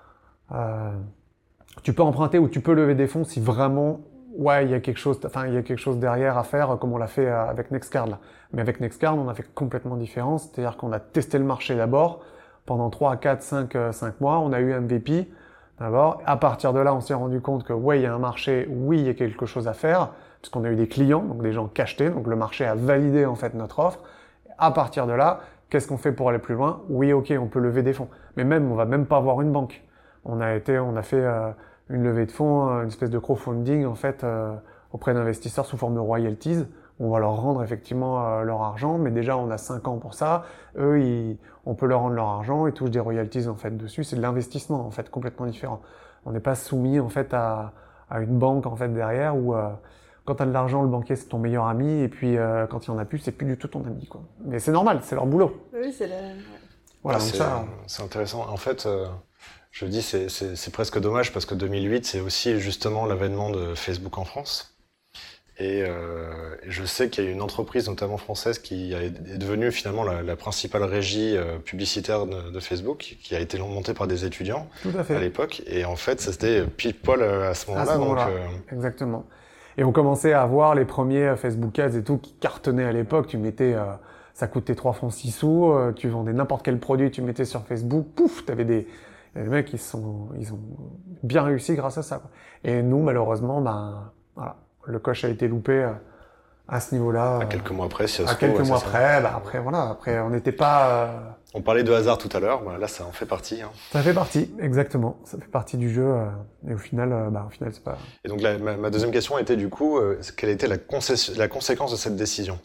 Speaker 3: euh, tu peux emprunter ou tu peux lever des fonds si vraiment, ouais, il y a quelque chose, enfin, il y a quelque chose derrière à faire, comme on l'a fait avec Nextcard là. Mais avec Nextcard, on a fait complètement différent, c'est-à-dire qu'on a testé le marché d'abord pendant trois, quatre, cinq, cinq mois, on a eu M V P d'abord. À partir de là, on s'est rendu compte que ouais, il y a un marché, oui, il y a quelque chose à faire, puisqu'on a eu des clients, donc des gens qui achetaient, donc le marché a validé en fait notre offre. À partir de là, qu'est-ce qu'on fait pour aller plus loin? Oui, ok, on peut lever des fonds, mais même, on va même pas avoir une banque. On a été, on a fait euh, une levée de fonds, une espèce de crowdfunding en fait euh, auprès d'investisseurs sous forme de royalties. On va leur rendre effectivement euh, leur argent, mais déjà on a cinq ans pour ça. Eux, ils, on peut leur rendre leur argent, ils touchent des royalties en fait dessus. C'est de l'investissement en fait complètement différent. On n'est pas soumis en fait à, à une banque en fait derrière où euh, quand tu as de l'argent, le banquier c'est ton meilleur ami, et puis euh, quand il y en a plus, c'est plus du tout ton ami quoi. Mais c'est normal, c'est leur boulot.
Speaker 4: Oui, c'est la...
Speaker 3: Voilà,
Speaker 1: Ah,
Speaker 3: donc
Speaker 1: c'est,
Speaker 3: ça.
Speaker 1: c'est intéressant. En fait, euh, je dis c'est, c'est, c'est presque dommage parce que deux mille huit, c'est aussi justement l'avènement de Facebook en France. Et, euh, et je sais qu'il y a une entreprise, notamment française, qui a, est devenue finalement la, la principale régie euh, publicitaire de, de Facebook, qui a été montée par des étudiants
Speaker 3: Tout à fait.
Speaker 1: à l'époque. Et en fait, c'était pile poil à ce moment-là.
Speaker 3: À ce moment-là,
Speaker 1: donc, euh...
Speaker 3: exactement. Et on commençait à voir les premiers Facebook Ads et tout qui cartonnaient à l'époque. Tu mettais, euh, ça coûtait trois francs six sous, euh, tu vendais n'importe quel produit, tu mettais sur Facebook, pouf, t'avais des, des mecs qui sont, ils ont bien réussi grâce à ça, quoi. Et nous, malheureusement, ben, voilà, le coche a été loupé euh, à ce niveau-là.
Speaker 1: À quelques mois après, si ça
Speaker 3: À
Speaker 1: se
Speaker 3: quelques
Speaker 1: trouve,
Speaker 3: mois
Speaker 1: c'est ça.
Speaker 3: après, bah après, voilà, après, on n'était pas. Euh...
Speaker 1: On parlait de hasard tout à l'heure, bah, là, ça en fait partie. Hein.
Speaker 3: Ça fait partie, exactement. Ça fait partie du jeu. Euh, et au final, euh, bah, au final, c'est pas.
Speaker 1: Et donc, la, ma, ma deuxième question était du coup, euh, quelle était la, concé- la conséquence de cette décision?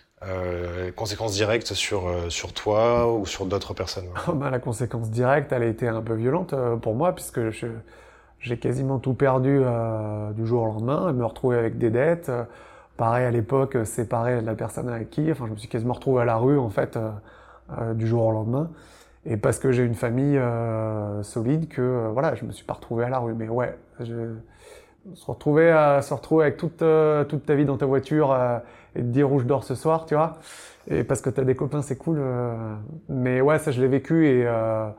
Speaker 1: Euh, conséquence directe sur, euh, sur toi ou sur d'autres personnes?
Speaker 3: Oh, bah, la conséquence directe, elle a été un peu violente euh, pour moi, puisque je, j'ai quasiment tout perdu euh, du jour au lendemain, me retrouver avec des dettes. Euh, pareil à l'époque, euh, séparé de la personne avec qui, enfin, je me suis quasiment retrouvé à la rue en fait euh, euh, du jour au lendemain. Et parce que j'ai une famille euh, solide, que euh, voilà, je me suis pas retrouvé à la rue. Mais ouais, je, se retrouver à se retrouver avec toute euh, toute ta vie dans ta voiture euh, et te dire où je dors ce soir, tu vois. Et parce que t'as des copains, c'est cool. Euh, mais ouais, ça je l'ai vécu et euh,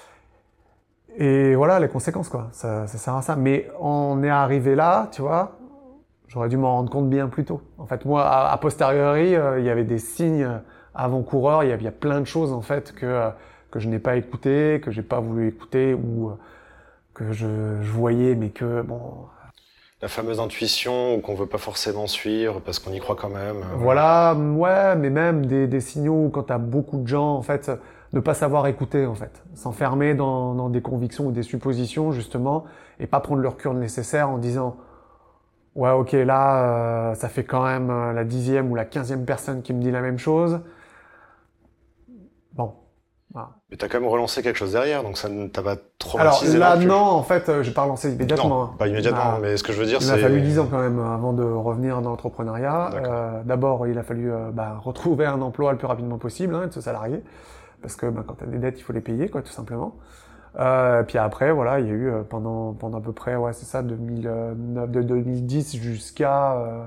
Speaker 3: et voilà les conséquences quoi. Ça, ça sert à ça. Mais on est arrivé là, tu vois. J'aurais dû m'en rendre compte bien plus tôt. En fait, moi, a, a posteriori, euh, il y avait des signes avant-coureurs. Il y, a, il y a plein de choses en fait que euh, que je n'ai pas écouté, que j'ai pas voulu écouter ou euh, que je, je voyais, mais que bon.
Speaker 1: La fameuse intuition qu'on veut pas forcément suivre parce qu'on y croit quand même. Euh,
Speaker 3: voilà, ouais, mais même des, des signaux où quand t'as beaucoup de gens, en fait, ne pas savoir écouter, en fait. S'enfermer dans, dans des convictions ou des suppositions, justement, et pas prendre le recul nécessaire en disant ouais, ok, là, euh, ça fait quand même euh, la dixième ou la quinzième personne qui me dit la même chose. Bon. Voilà.
Speaker 1: Mais t'as quand même relancé quelque chose derrière, donc ça ne t'a pas traumatisé.
Speaker 3: Alors là,
Speaker 1: non, plus.
Speaker 3: non, en fait, euh, j'ai pas relancé immédiatement.
Speaker 1: Non,
Speaker 3: hein.
Speaker 1: pas immédiatement,
Speaker 3: Ah,
Speaker 1: mais ce que je veux dire,
Speaker 3: il
Speaker 1: c'est...
Speaker 3: m'a fallu dix ans quand même avant de revenir dans l'entrepreneuriat.
Speaker 1: D'accord.
Speaker 3: Euh, d'abord, il a fallu euh, bah, retrouver un emploi le plus rapidement possible, hein, et de se salarier, parce que bah, quand t'as des dettes, il faut les payer, quoi, tout simplement. Euh, puis après, voilà, il y a eu euh, pendant pendant à peu près, ouais, c'est ça, deux mille neuf, de deux mille dix jusqu'à euh,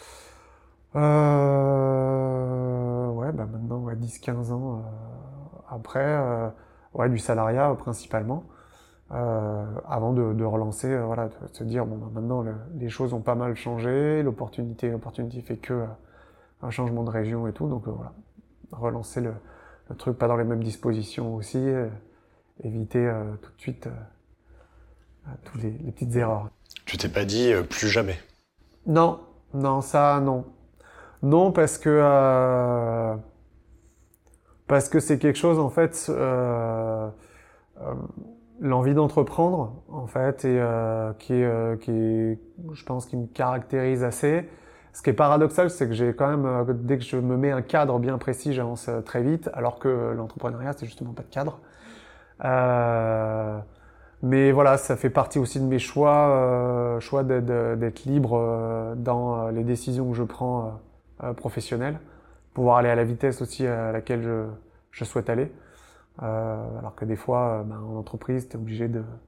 Speaker 3: euh, ouais, bah maintenant, ouais, dix quinze ans euh, après, euh, ouais, du salariat euh, principalement, euh, avant de, de relancer, euh, voilà, de se dire bon, bah, maintenant le, les choses ont pas mal changé, l'opportunité, l'opportunité fait que euh, un changement de région et tout, donc euh, voilà, relancer le, le truc pas dans les mêmes dispositions aussi. Euh, éviter euh, tout de suite euh, toutes les, les petites erreurs.
Speaker 1: Tu t'es pas dit euh, plus jamais?
Speaker 3: Non, non, ça, non. Non, parce que euh, parce que c'est quelque chose, en fait, euh, euh, l'envie d'entreprendre, en fait, et euh, qui est, euh, qui est, je pense, qui me caractérise assez. Ce qui est paradoxal, c'est que j'ai quand même, euh, dès que je me mets un cadre bien précis, j'avance euh, très vite, alors que l'entrepreneuriat, c'est justement pas de cadre. Euh, mais voilà, ça fait partie aussi de mes choix, euh, choix d'être, d'être libre euh, dans les décisions que je prends euh, professionnelles, pouvoir aller à la vitesse aussi à laquelle je, je souhaite aller. Euh, alors que des fois, euh, ben, en entreprise, t'es obligé de,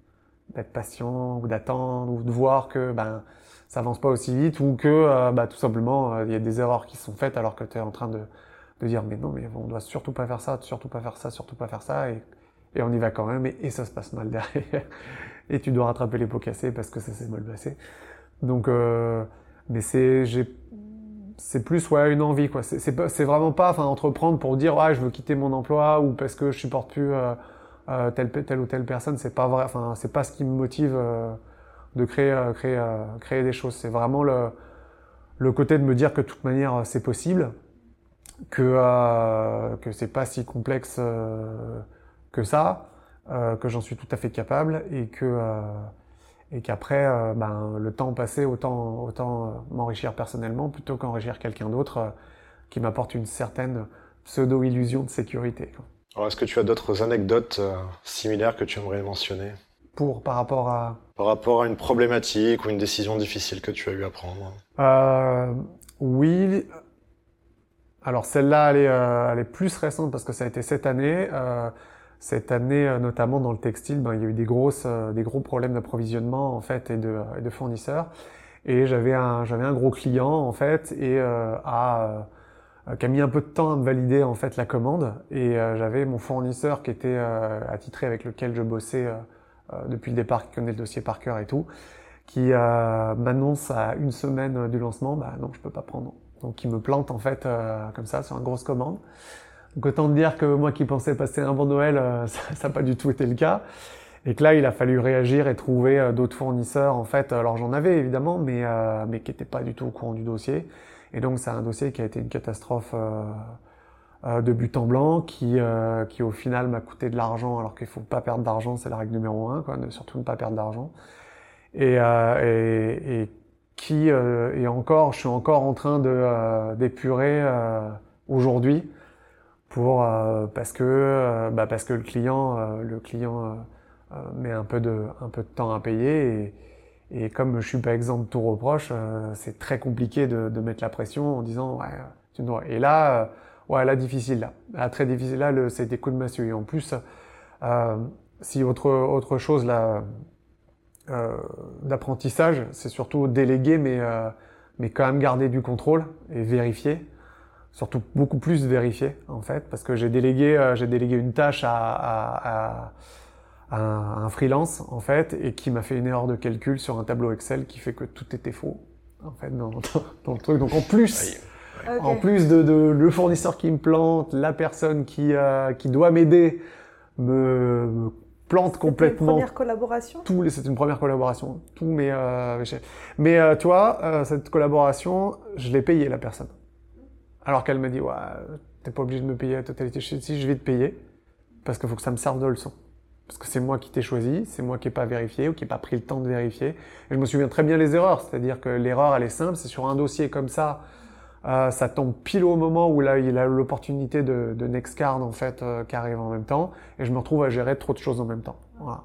Speaker 3: d'être patient ou d'attendre ou de voir que ben ça avance pas aussi vite ou que euh, bah, tout simplement il euh, y a des erreurs qui sont faites alors que tu es en train de, de dire mais non mais on doit surtout pas faire ça, surtout pas faire ça, surtout pas faire ça et, et on y va quand même et, et ça se passe mal derrière et tu dois rattraper les pots cassés parce que ça s'est mal passé. Donc euh, mais c'est j'ai c'est plus ouais une envie quoi. C'est c'est, c'est vraiment pas enfin entreprendre pour dire ouais je veux quitter mon emploi ou parce que je supporte plus euh, euh, telle telle ou telle personne, c'est pas vrai. Enfin c'est pas ce qui me motive euh, de créer euh, créer euh, créer des choses. C'est vraiment le le côté de me dire que de toute manière c'est possible, que euh, que c'est pas si complexe euh, que ça, euh, que j'en suis tout à fait capable et que euh, et qu'après, euh, ben, le temps passé, autant, autant euh, m'enrichir personnellement plutôt qu'enrichir quelqu'un d'autre euh, qui m'apporte une certaine pseudo-illusion de sécurité. Quoi.
Speaker 1: Alors, est-ce que tu as d'autres anecdotes euh, similaires que tu aimerais mentionner
Speaker 3: Pour, par rapport à...
Speaker 1: Par rapport à une problématique ou une décision difficile que tu as eu à prendre
Speaker 3: euh, Oui. Alors, celle-là, elle est, euh, elle est plus récente parce que ça a été cette année. Euh, Cette année, notamment dans le textile, ben, il y a eu des grosses, euh, des gros problèmes d'approvisionnement en fait et de, et de fournisseurs. Et j'avais un, j'avais un gros client en fait et euh, a, euh, qui a mis un peu de temps à me valider en fait la commande. Et euh, j'avais mon fournisseur qui était euh, attitré avec lequel je bossais euh, euh, depuis le départ, qui connaît le dossier par cœur et tout, qui euh, m'annonce à une semaine du lancement, bah non, je peux pas prendre. Donc il me plante en fait euh, comme ça sur une grosse commande. Donc autant te dire que moi qui pensais passer un bon Noël, euh, ça n'a pas du tout été le cas. Et que là, il a fallu réagir et trouver euh, d'autres fournisseurs. En fait, alors j'en avais évidemment, mais, euh, mais qui n'étaient pas du tout au courant du dossier. Et donc c'est un dossier qui a été une catastrophe euh, euh, de but en blanc, qui, euh, qui au final m'a coûté de l'argent, alors qu'il faut pas perdre d'argent, c'est la règle numéro un, quoi, ne surtout ne pas perdre d'argent. Et, euh, et, et qui, euh, et encore, je suis encore en train de euh, d'épurer euh, aujourd'hui. Pour euh, parce que euh, bah parce que le client euh, le client euh, euh, met un peu de un peu de temps à payer et, et comme je suis pas exempt de tout reproche, euh, c'est très compliqué de, de mettre la pression en disant ouais tu dois et là euh, ouais là difficile là là très difficile là le, c'est des coups de massue et en plus euh, si autre autre chose là euh, d'apprentissage c'est surtout déléguer mais euh, mais quand même garder du contrôle et vérifier. Surtout beaucoup plus vérifier en fait, parce que j'ai délégué, euh, j'ai délégué une tâche à, à, à, à un freelance en fait, et qui m'a fait une erreur de calcul sur un tableau Excel qui fait que tout était faux en fait dans, dans, dans le truc. Donc en plus, okay. en plus de, de le fournisseur qui me plante, la personne qui euh, qui doit m'aider me, me plante complètement.
Speaker 4: C'était une première collaboration.
Speaker 3: Tous les, c'est une première collaboration. Tous mes, euh, mais euh, tu vois, euh, cette collaboration, je l'ai payée la personne. Alors qu'elle me dit, ouais, t'es pas obligé de me payer la totalité. Je dis, si, je vais te payer, parce qu'il faut que ça me serve de leçon. Parce que c'est moi qui t'ai choisi, c'est moi qui n'ai pas vérifié ou qui n'ai pas pris le temps de vérifier. Et je me souviens très bien les erreurs, c'est-à-dire que l'erreur, elle est simple, c'est sur un dossier comme ça, euh, ça tombe pile au moment où là, il a l'opportunité de, de Nextcard, en fait, euh, qui arrive en même temps, et je me retrouve à gérer trop de choses en même temps. Voilà.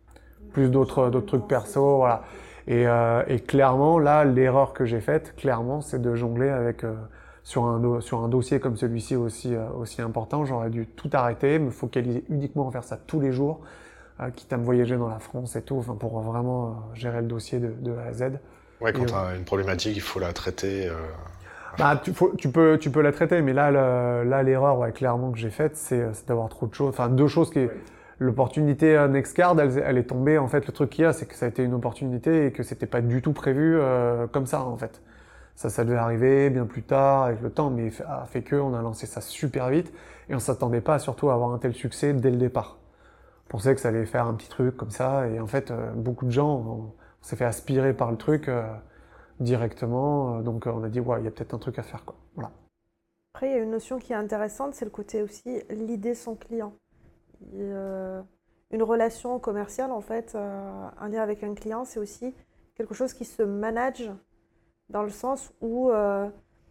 Speaker 3: Plus d'autres, d'autres trucs perso, voilà. Et, euh, et clairement, là, l'erreur que j'ai faite, clairement, c'est de jongler avec... Euh, Sur un, sur un dossier comme celui-ci aussi, euh, aussi important, j'aurais dû tout arrêter, me focaliser uniquement à faire ça tous les jours, euh, quitte à me voyager dans la France et tout, enfin pour vraiment euh, gérer le dossier de, de A à Z.
Speaker 1: Ouais, quand
Speaker 3: tu
Speaker 1: as une problématique, il faut la traiter. Euh...
Speaker 3: Bah, tu, faut, tu peux, tu peux la traiter, mais là, le, là, l'erreur, ouais, clairement que j'ai faite, c'est, c'est d'avoir trop de choses. Enfin, deux choses qui, oui. L'opportunité euh, Nextcard, elle, elle est tombée. En fait, le truc qu'il y a, c'est que ça a été une opportunité et que c'était pas du tout prévu euh, comme ça, en fait. Ça, ça devait arriver bien plus tard avec le temps, mais a fait que on a lancé ça super vite et on s'attendait pas surtout à avoir un tel succès dès le départ. On pensait que ça allait faire un petit truc comme ça et en fait, euh, beaucoup de gens, on, on s'est fait aspirer par le truc euh, directement, euh, donc euh, on a dit ouais, il y a peut-être un truc à faire quoi. Voilà.
Speaker 4: Après, il y a une notion qui est intéressante, c'est le côté aussi l'idée son client. Et, euh, une relation commerciale, en fait, euh, un lien avec un client, c'est aussi quelque chose qui se manage. Dans le sens où euh,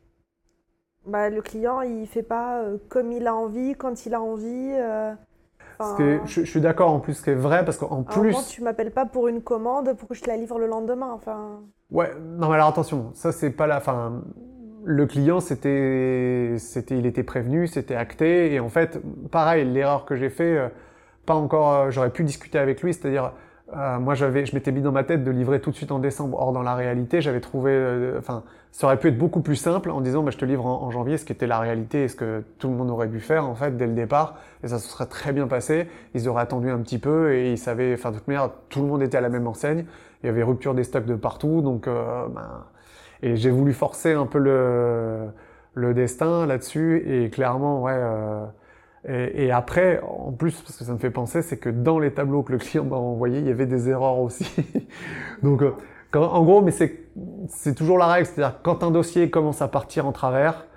Speaker 4: bah, le client, il ne fait pas euh, comme il a envie, quand il a envie. Euh,
Speaker 3: que, je, je suis d'accord, en plus, ce qui est vrai, parce qu'en plus...
Speaker 4: Moi, tu ne m'appelles pas pour une commande, pour que je te la livre le lendemain. Enfin...
Speaker 3: Ouais, non mais alors attention, ça c'est pas la... Enfin, le client, c'était, c'était, il était prévenu, c'était acté, et en fait, pareil, l'erreur que j'ai fait, euh, pas encore... Euh, j'aurais pu discuter avec lui, c'est-à-dire... euh, moi, j'avais, je m'étais mis dans ma tête de livrer tout de suite en décembre. Or, dans la réalité, j'avais trouvé, euh, enfin, ça aurait pu être beaucoup plus simple en disant, bah, je te livre en, en janvier, ce qui était la réalité et ce que tout le monde aurait dû faire, en fait, dès le départ. Et ça se serait très bien passé. Ils auraient attendu un petit peu et ils savaient, enfin, de toute manière, tout le monde était à la même enseigne. Il y avait rupture des stocks de partout, donc, euh, ben, et j'ai voulu forcer un peu le, le destin là-dessus et clairement, ouais, euh, Et, et après, en plus, parce que ça me fait penser, c'est que dans les tableaux que le client m'a envoyés, il y avait des erreurs aussi. Donc, euh, quand, en gros, mais c'est, c'est toujours la règle, c'est-à-dire quand un dossier commence à partir en travers,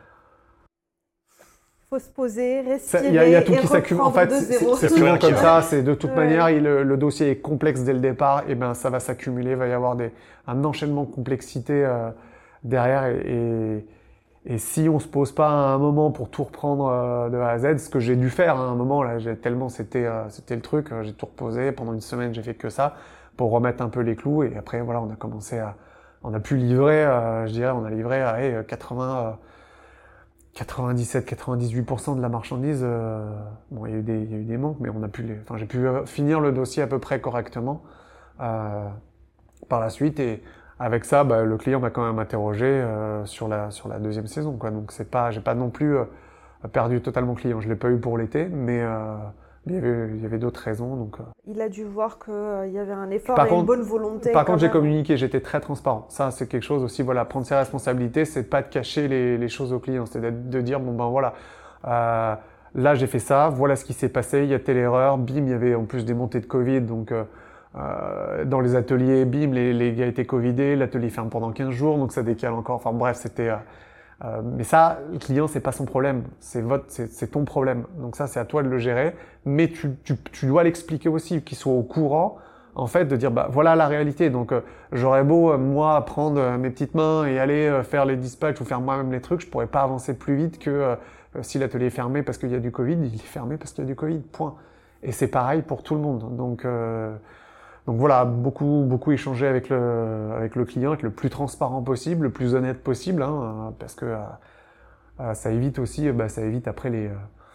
Speaker 4: faut se poser, respirer
Speaker 3: il y, y a tout
Speaker 4: et
Speaker 3: qui s'accumule. En
Speaker 4: reprendre
Speaker 3: fait,
Speaker 4: de
Speaker 3: c'est,
Speaker 4: zéro.
Speaker 3: c'est souvent comme ça. C'est de toute
Speaker 4: Ouais.
Speaker 3: manière, il, le dossier est complexe dès le départ, et ben ça va s'accumuler, il va y avoir des, un enchaînement de complexité euh, derrière et, et Et si on se pose pas à un moment pour tout reprendre euh, de A à Z, ce que j'ai dû faire à un moment, là, j'ai tellement c'était euh, c'était le truc, euh, j'ai tout reposé pendant une semaine, j'ai fait que ça pour remettre un peu les clous. Et après, voilà, on a commencé à, on a pu livrer, euh, je dirais, on a livré à hey, quatre-vingts, euh, quatre-vingt-dix-sept, quatre-vingt-dix-huit pour cent de la marchandise. Euh, bon, il y a eu des, il y a eu des manques, mais on a pu, les, enfin, j'ai pu euh, finir le dossier à peu près correctement euh, par la suite et avec ça, bah, le client m'a quand même interrogé euh, sur la sur la deuxième saison, quoi. Donc c'est pas, j'ai pas non plus euh, perdu totalement le client. Je l'ai pas eu pour l'été, mais euh, il y avait il y avait d'autres raisons. Donc. Euh.
Speaker 4: Il a dû voir qu'il euh, y avait un effort
Speaker 3: par
Speaker 4: et
Speaker 3: contre,
Speaker 4: une bonne volonté.
Speaker 3: Par contre,
Speaker 4: même.
Speaker 3: j'ai communiqué, j'étais très transparent. Ça, c'est quelque chose aussi. Voilà, prendre ses responsabilités, c'est pas de cacher les les choses au client, c'est de dire bon ben voilà. Euh, là, j'ai fait ça. Voilà ce qui s'est passé. Il y a telle erreur. Bim, il y avait en plus des montées de Covid, donc. Euh, Euh, dans les ateliers, bim, les, les gars étaient covidés, l'atelier ferme pendant quinze jours, donc ça décale encore. Enfin bref, c'était. Euh, euh, mais ça, le client, c'est pas son problème, c'est votre, c'est, c'est ton problème. Donc ça, c'est à toi de le gérer. Mais tu, tu, tu dois l'expliquer aussi, qu'il soit au courant, en fait, de dire bah voilà la réalité. Donc euh, j'aurais beau euh, moi prendre euh, mes petites mains et aller euh, faire les dispatchs ou faire moi-même les trucs, je pourrais pas avancer plus vite que euh, si l'atelier est fermé parce qu'il y a du Covid, il est fermé parce qu'il y a du Covid. Point. Et c'est pareil pour tout le monde. Donc euh, Donc voilà, beaucoup, beaucoup échangé avec le, avec le client, être le plus transparent possible, le plus honnête possible, hein, parce que euh, ça évite aussi, bah, ça évite après les,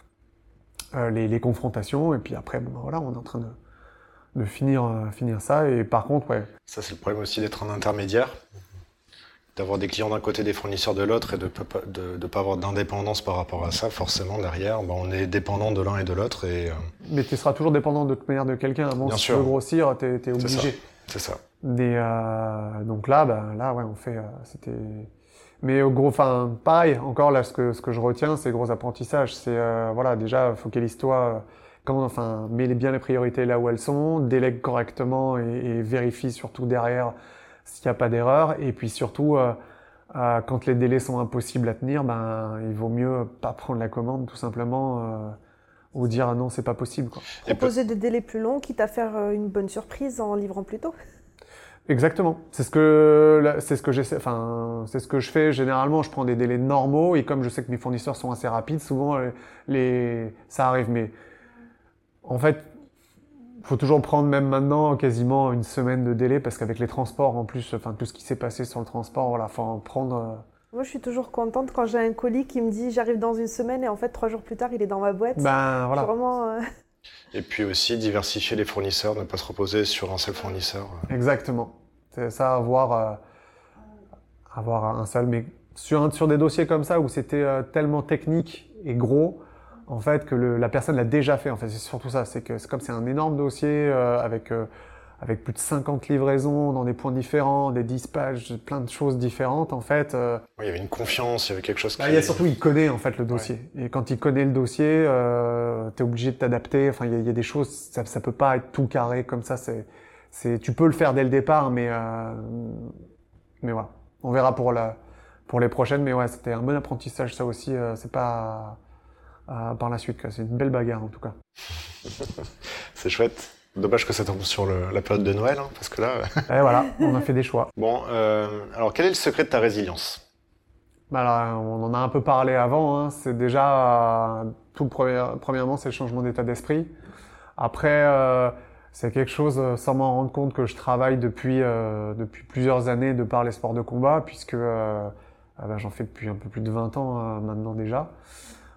Speaker 3: euh, les, les confrontations. Et puis après, bon, bah, voilà, on est en train de, de finir, euh, finir ça. Et par contre, ouais.
Speaker 1: Ça, c'est le problème aussi d'être un intermédiaire, d'avoir des clients d'un côté, des fournisseurs de l'autre, et de ne de, pas avoir d'indépendance par rapport à ça. Forcément, derrière, bah, on est dépendant de l'un et de l'autre. Et, euh...
Speaker 3: Mais tu seras toujours dépendant de toute manière de quelqu'un. Bon,
Speaker 1: Bien
Speaker 3: si
Speaker 1: sûr.
Speaker 3: tu veux grossir, tu es obligé.
Speaker 1: C'est ça.
Speaker 3: Mais, euh, donc là, bah, là, ouais, on fait... Euh, c'était... Mais au gros, enfin, pareil, encore là, ce que, ce que je retiens, c'est gros apprentissage. C'est, euh, voilà, déjà, focalise-toi, quand, enfin, mets bien les priorités là où elles sont, délègue correctement et, et vérifie surtout derrière s'il n'y a pas d'erreur. Et puis surtout, euh, euh, quand les délais sont impossibles à tenir, ben, il vaut mieux pas prendre la commande, tout simplement, euh, ou dire ah non, c'est pas possible, quoi.
Speaker 4: Proposer des délais plus longs, quitte à faire une bonne surprise en livrant plus tôt.
Speaker 3: Exactement. C'est ce que, c'est ce que j'essaie, enfin, c'est ce que je fais. Généralement, je prends des délais normaux et comme je sais que mes fournisseurs sont assez rapides, souvent, les, ça arrive. Mais, en fait, faut toujours prendre même maintenant quasiment une semaine de délai parce qu'avec les transports, en plus, enfin, tout ce qui s'est passé sur le transport, voilà, faut en prendre.
Speaker 4: Moi, je suis toujours contente quand j'ai un colis qui me dit j'arrive dans une semaine et en fait, trois jours plus tard, il est dans ma boîte.
Speaker 3: Ben, voilà.
Speaker 4: Vraiment, euh...
Speaker 1: Et puis aussi diversifier les fournisseurs, ne pas se reposer sur un seul fournisseur.
Speaker 3: Exactement. C'est ça, avoir, euh, avoir un seul. Mais sur, un, sur des dossiers comme ça où c'était euh, tellement technique et gros, en fait, que le, la personne l'a déjà fait. En fait, c'est surtout ça. C'est que c'est comme c'est un énorme dossier euh, avec, euh, avec plus de cinquante livraisons dans des points différents, des dispatchs, plein de choses différentes, en fait. Euh,
Speaker 1: oui, il y avait une confiance, il y avait quelque chose qui...
Speaker 3: Bah, il y a surtout, il connaît, en fait, le dossier. Ouais. Et quand il connaît le dossier, euh, t'es obligé de t'adapter. Enfin, il y, a, il y a des choses, ça, ça peut pas être tout carré comme ça. C'est, c'est, tu peux le faire dès le départ, mais, euh, mais voilà. On verra pour la, pour les prochaines. Mais ouais, c'était un bon apprentissage, ça aussi. Euh, c'est pas, euh, par la suite, quoi. C'est une belle bagarre, en tout cas.
Speaker 1: C'est chouette. Dommage que ça tombe sur le, la période de Noël, hein, parce que là...
Speaker 3: Et voilà, on a fait des choix.
Speaker 1: Bon, euh, alors quel est le secret de ta résilience ?
Speaker 3: Bah alors, on en a un peu parlé avant, hein. C'est déjà, euh, tout premier, premièrement, c'est le changement d'état d'esprit. Après, euh, c'est quelque chose, euh, sans m'en rendre compte, que je travaille depuis, euh, depuis plusieurs années de par les sports de combat, puisque euh, euh, bah, j'en fais depuis un peu plus de vingt ans euh, maintenant déjà.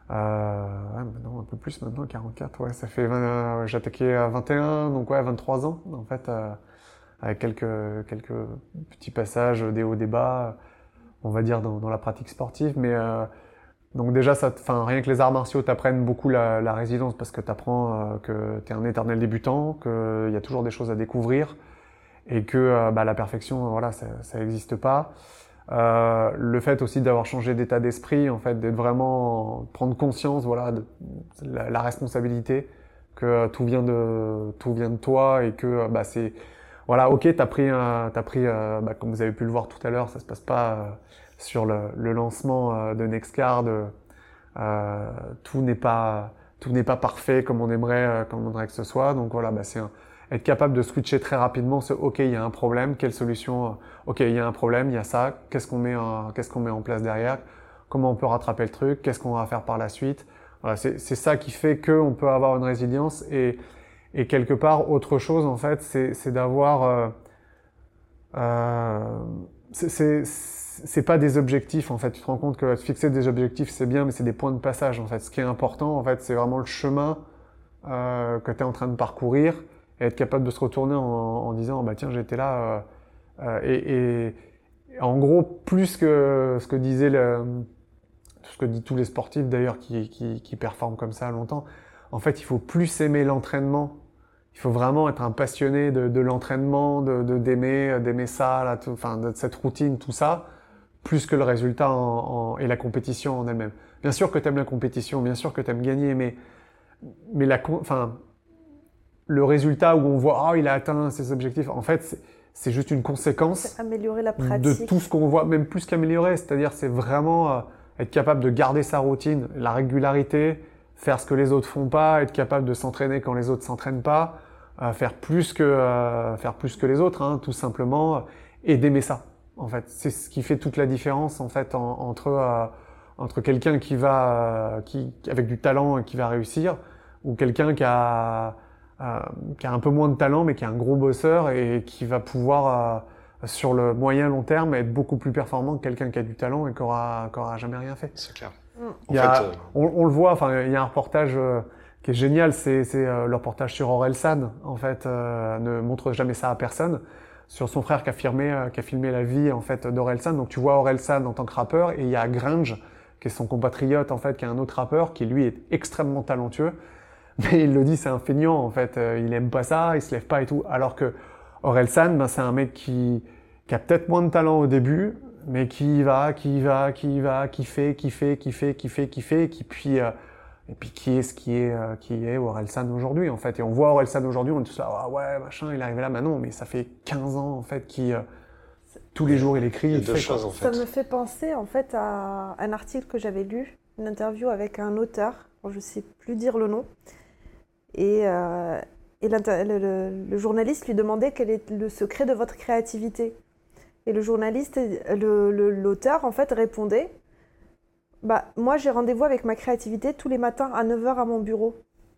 Speaker 3: Euh, ouais, maintenant, un peu plus maintenant, quarante-quatre, ouais, ça fait vingt, euh, j'ai attaqué à vingt et un, donc ouais, vingt-trois ans, en fait, euh, avec quelques, quelques petits passages, des hauts, des bas, on va dire, dans, dans la pratique sportive, mais euh, donc déjà, ça, enfin, rien que les arts martiaux t'apprennent beaucoup la, la résilience, parce que t'apprends euh, que t'es un éternel débutant, qu'il y a toujours des choses à découvrir, et que euh, bah, la perfection, voilà, ça, ça n'existe pas. Euh, le fait aussi d'avoir changé d'état d'esprit, en fait, d'être vraiment prendre conscience, voilà, de la, la responsabilité, que euh, tout vient de tout vient de toi et que euh, bah c'est voilà, ok, t'as pris un, t'as pris euh, bah, comme vous avez pu le voir tout à l'heure, ça se passe pas euh, sur le, le lancement euh, de NextCard, euh, tout n'est pas tout n'est pas parfait comme on aimerait euh, comme on aimerait que ce soit, donc voilà, bah c'est un, être capable de switcher très rapidement, c'est ok, il y a un problème, quelle solution, ok, il y a un problème, il y a ça, qu'est-ce qu'on met en, qu'est-ce qu'on met en place derrière, comment on peut rattraper le truc, qu'est-ce qu'on va faire par la suite. Voilà, c'est, c'est ça qui fait qu'on peut avoir une résilience et, et quelque part, autre chose, en fait, c'est, c'est d'avoir, euh, euh, c'est, c'est, c'est pas des objectifs, en fait. Tu te rends compte que fixer des objectifs, c'est bien, mais c'est des points de passage, en fait. Ce qui est important, en fait, c'est vraiment le chemin euh, que tu es en train de parcourir, et être capable de se retourner en, en disant bah tiens j'étais là euh, euh, et, et, et en gros plus que ce que disait le, ce que disent tous les sportifs d'ailleurs qui, qui, qui performent comme ça longtemps, en fait il faut plus aimer l'entraînement, il faut vraiment être un passionné de, de l'entraînement, de, de d'aimer d'aimer ça là, tout, enfin de cette routine, tout ça, plus que le résultat en, en, et la compétition en elle-même. Bien sûr que tu aimes la compétition, bien sûr que tu aimes gagner, mais mais la enfin le résultat où on voit ah oh, il a atteint ses objectifs, en fait c'est, c'est juste une conséquence
Speaker 4: c'est améliorer la pratique
Speaker 3: de tout ce qu'on voit, même plus qu'améliorer, c'est-à-dire c'est vraiment euh, être capable de garder sa routine, la régularité, faire ce que les autres font pas, être capable de s'entraîner quand les autres s'entraînent pas, euh, faire plus que euh, faire plus que les autres, hein, tout simplement, et d'aimer ça. En fait, c'est ce qui fait toute la différence en fait en, entre euh, entre quelqu'un qui va euh, qui avec du talent et qui va réussir, ou quelqu'un qui a Euh, qui a un peu moins de talent mais qui est un gros bosseur et qui va pouvoir euh, sur le moyen long terme être beaucoup plus performant que quelqu'un qui a du talent et qui aura, qui aura jamais rien fait.
Speaker 1: C'est clair.
Speaker 4: Mm.
Speaker 3: Il y a, fait, euh... on, on le voit, enfin il y a un reportage euh, qui est génial, c'est, c'est euh, le reportage sur Orelsan, en fait, euh, ne montre jamais ça à personne, sur son frère qui a, filmé, euh, qui a filmé la vie en fait d'Orelsan. Donc tu vois Orelsan en tant que rappeur et il y a Gringe qui est son compatriote en fait, qui est un autre rappeur qui lui est extrêmement talentueux. Mais il le dit, c'est un feignant, en fait. Euh, il aime pas ça, il se lève pas et tout. Alors que Orelsan, ben, c'est un mec qui, qui a peut-être moins de talent au début, mais qui y va, qui y va, qui y va, qui fait, qui fait, qui fait, qui fait, qui fait, et qui puis, euh, et puis qui est ce qui est, euh, qui est Orelsan aujourd'hui, en fait. Et on voit Orelsan aujourd'hui, on est tous là, ah ouais, machin, il est arrivé là, bah non, mais ça fait quinze ans, en fait, qui, euh, tous les jours, il écrit, il, il fait
Speaker 1: choses,
Speaker 3: quoi.
Speaker 1: En fait.
Speaker 4: Ça me fait penser, en fait, à un article que j'avais lu, une interview avec un auteur, je sais plus dire le nom. Et, euh, et le, le, le journaliste lui demandait quel est le secret de votre créativité. Et le journaliste, le, le, l'auteur, en fait, répondait bah, « Moi, j'ai rendez-vous avec ma créativité tous les matins à neuf heures à mon bureau. »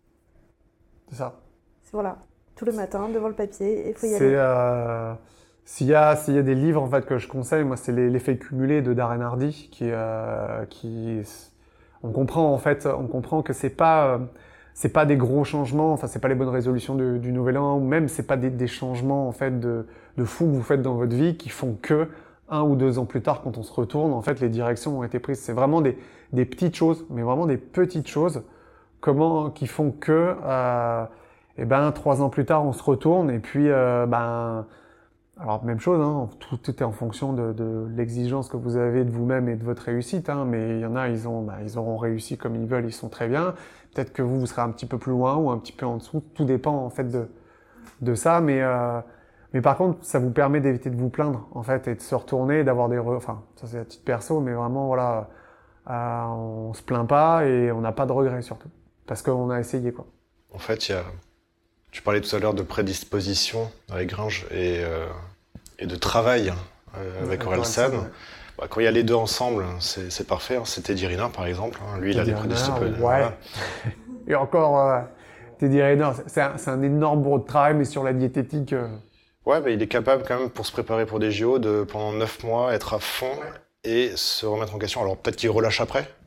Speaker 3: C'est ça.
Speaker 4: Voilà, tous les matins, devant le papier, il faut y
Speaker 3: c'est,
Speaker 4: aller.
Speaker 3: Euh, s'il y a, s'il y a des livres en fait, que je conseille, moi, c'est L'effet cumulé de Darren Hardy, qui, euh, qui, on comprend en fait, on comprend que c'est pas... Euh, c'est pas des gros changements, enfin c'est pas les bonnes résolutions de, du nouvel an, ou même c'est pas des, des changements en fait de, de fou que vous faites dans votre vie qui font que un ou deux ans plus tard, quand on se retourne, en fait les directions ont été prises. C'est vraiment des, des petites choses, mais vraiment des petites choses, comment qui font que, euh, et ben trois ans plus tard on se retourne et puis euh, ben alors même chose, hein, tout, tout est en fonction de, de l'exigence que vous avez de vous-même et de votre réussite, hein, mais il y en a, ils ont, bah, ils auront réussi comme ils veulent, ils sont très bien. Peut-être que vous, vous serez un petit peu plus loin ou un petit peu en dessous. Tout dépend en fait de, de ça. Mais, euh, mais par contre, ça vous permet d'éviter de vous plaindre en fait et de se retourner, d'avoir des... Re... Enfin, ça c'est à titre perso, mais vraiment, voilà, euh, on se plaint pas et on n'a pas de regrets surtout. Parce qu'on a essayé, quoi.
Speaker 1: En fait, il y a... tu parlais tout à l'heure de prédisposition avec Gringe et, euh, et de travail euh, avec Orelsan. Ouais. Bah, quand il y a les deux ensemble, c'est, c'est parfait. Hein. C'est Teddy Riner, par exemple. Hein. Lui, il a des prédispositions.
Speaker 3: Ouais. Voilà. Et encore, euh, Teddy Riner, c'est un, c'est un énorme bourreau de travail, mais sur la diététique... Euh...
Speaker 1: Ouais, bah, il est capable quand même, pour se préparer pour des J O, de pendant neuf mois être à fond et se remettre en question. Alors peut-être qu'il relâche après,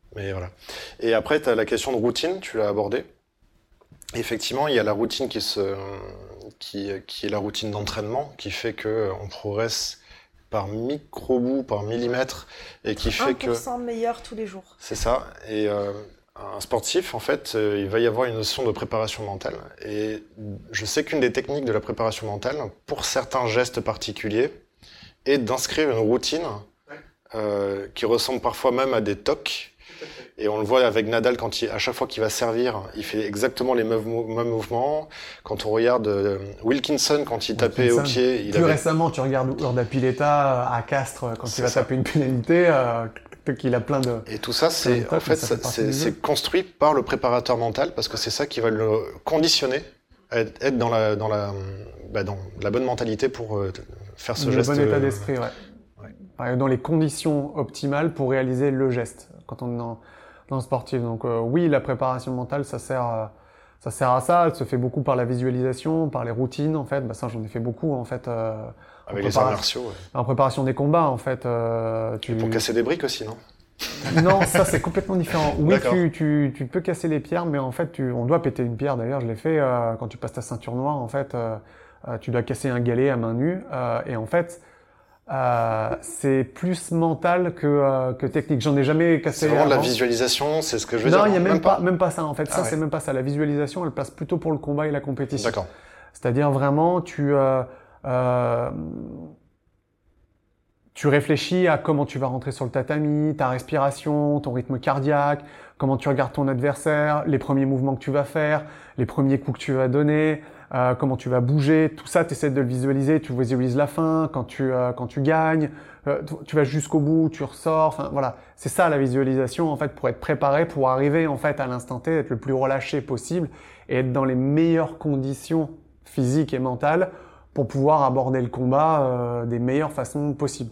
Speaker 1: Mais voilà. Et après, tu as la question de routine, tu l'as abordée. Effectivement, il y a la routine qui, se, qui, qui est la routine d'entraînement, qui fait qu'on progresse par micro-bout, par millimètre, et qui fait que...
Speaker 4: un pour cent meilleur tous les jours.
Speaker 1: C'est ça. Et euh, un sportif, en fait, euh, il va y avoir une notion de préparation mentale. Et je sais qu'une des techniques de la préparation mentale, pour certains gestes particuliers, est d'inscrire une routine euh, qui ressemble parfois même à des tocs. Et on le voit avec Nadal, quand il, à chaque fois qu'il va servir, il fait exactement les mêmes, mou- mêmes mouvements. Quand on regarde euh, Wilkinson, quand il tapait
Speaker 3: Wilkinson.
Speaker 1: au pied, il
Speaker 3: Plus
Speaker 1: avait...
Speaker 3: récemment, tu regardes Urda Pileta à Castres, quand
Speaker 1: C'est
Speaker 3: il va
Speaker 1: ça.
Speaker 3: taper une pénalité, euh, qu'il a plein de...
Speaker 1: Et tout ça, c'est
Speaker 3: Plein de
Speaker 1: en fait,
Speaker 3: tocs, mais ça
Speaker 1: ça-
Speaker 3: fait partie
Speaker 1: c'est
Speaker 3: du
Speaker 1: c'est
Speaker 3: jeu.
Speaker 1: construit par le préparateur mental, parce que c'est ça qui va le conditionner à être, être dans la dans la bah, dans la bonne mentalité pour euh, faire ce
Speaker 3: le
Speaker 1: geste.
Speaker 3: bon état
Speaker 1: euh,
Speaker 3: d'esprit, ouais.
Speaker 1: ouais.
Speaker 3: Ouais, dans les conditions optimales pour réaliser le geste quand on est dans, dans le sportif. Donc euh, oui, la préparation mentale, ça sert, euh, ça sert à ça. Elle se fait beaucoup par la visualisation, par les routines en fait. Bah, ça, j'en ai fait beaucoup en fait. Euh, en
Speaker 1: Avec les arts
Speaker 3: prépara-
Speaker 1: martiaux. Ouais.
Speaker 3: En préparation des combats en fait. Euh, tu...
Speaker 1: Et pour casser des briques aussi, non?
Speaker 3: Non, ça c'est complètement différent. Oui,
Speaker 1: D'accord.
Speaker 3: tu, tu, tu peux casser les pierres, mais en fait, tu, on doit péter une pierre. D'ailleurs, je l'ai fait euh, quand tu passes ta ceinture noire. En fait, euh, euh, tu dois casser un galet à main nue. Euh, et en fait, euh, c'est plus mental que, euh, que technique. J'en ai jamais cassé.
Speaker 1: C'est vraiment de la
Speaker 3: avant.
Speaker 1: visualisation, c'est ce que je veux
Speaker 3: Non,
Speaker 1: dire.
Speaker 3: il y a même, pas,
Speaker 1: pas.
Speaker 3: même pas ça en fait.
Speaker 1: Ah
Speaker 3: ça,
Speaker 1: ouais.
Speaker 3: c'est même pas ça. La visualisation, elle place plutôt pour le combat et la compétition.
Speaker 1: D'accord.
Speaker 3: C'est-à-dire vraiment, tu, euh, euh, tu réfléchis à comment tu vas rentrer sur le tatami, ta respiration, ton rythme cardiaque, comment tu regardes ton adversaire, les premiers mouvements que tu vas faire, les premiers coups que tu vas donner, euh, comment tu vas bouger. Tout ça, tu essaies de le visualiser. Tu visualises la fin, quand tu, euh, quand tu gagnes. Euh, tu- tu vas jusqu'au bout, tu ressors. Enfin, voilà. C'est ça la visualisation, en fait, pour être préparé, pour arriver, en fait, à l'instant T, être le plus relâché possible et être dans les meilleures conditions physiques et mentales pour pouvoir aborder le combat euh, des meilleures façons possibles.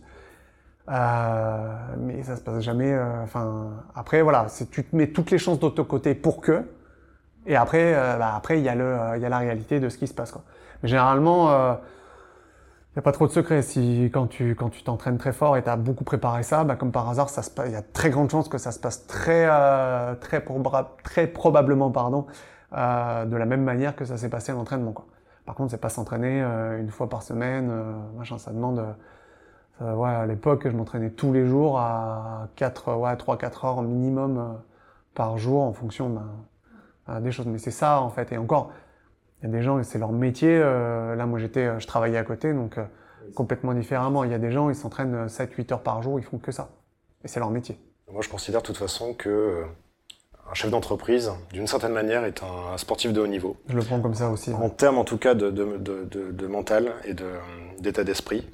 Speaker 3: Euh, mais ça se passe jamais. Enfin, euh, après, voilà, c'est tu te mets toutes les chances de ton côté pour que. Et après, euh, bah, après, il y a le, il y a la réalité de ce qui se passe, quoi. Mais généralement, euh, il y a pas trop de secret. Si quand tu quand tu t'entraînes très fort et t'as beaucoup préparé ça, bah, comme par hasard, ça se passe. Il y a très grande chance que ça se passe très euh, très probra- très probablement, pardon, euh, de la même manière que ça s'est passé à l'entraînement, quoi. Par contre, c'est pas s'entraîner euh, une fois par semaine, euh, machin. Ça demande. Euh, ça, ouais, à l'époque, je m'entraînais tous les jours à quatre, ouais, trois quatre heures minimum euh, par jour en fonction ben, euh, des choses. Mais c'est ça en fait. Et encore, il y a des gens, c'est leur métier. Euh, là, moi, j'étais, je travaillais à côté, donc euh, complètement différemment. Il y a des gens, ils s'entraînent sept huit heures par jour, ils font que ça. Et c'est leur métier.
Speaker 1: Moi, je considère de toute façon que euh, un chef d'entreprise, d'une certaine manière, est un, un sportif de haut niveau.
Speaker 3: Je le prends comme ça aussi.
Speaker 1: En
Speaker 3: Ouais.
Speaker 1: termes, en tout cas, de, de, de, de, de mental et de, d'état d'esprit.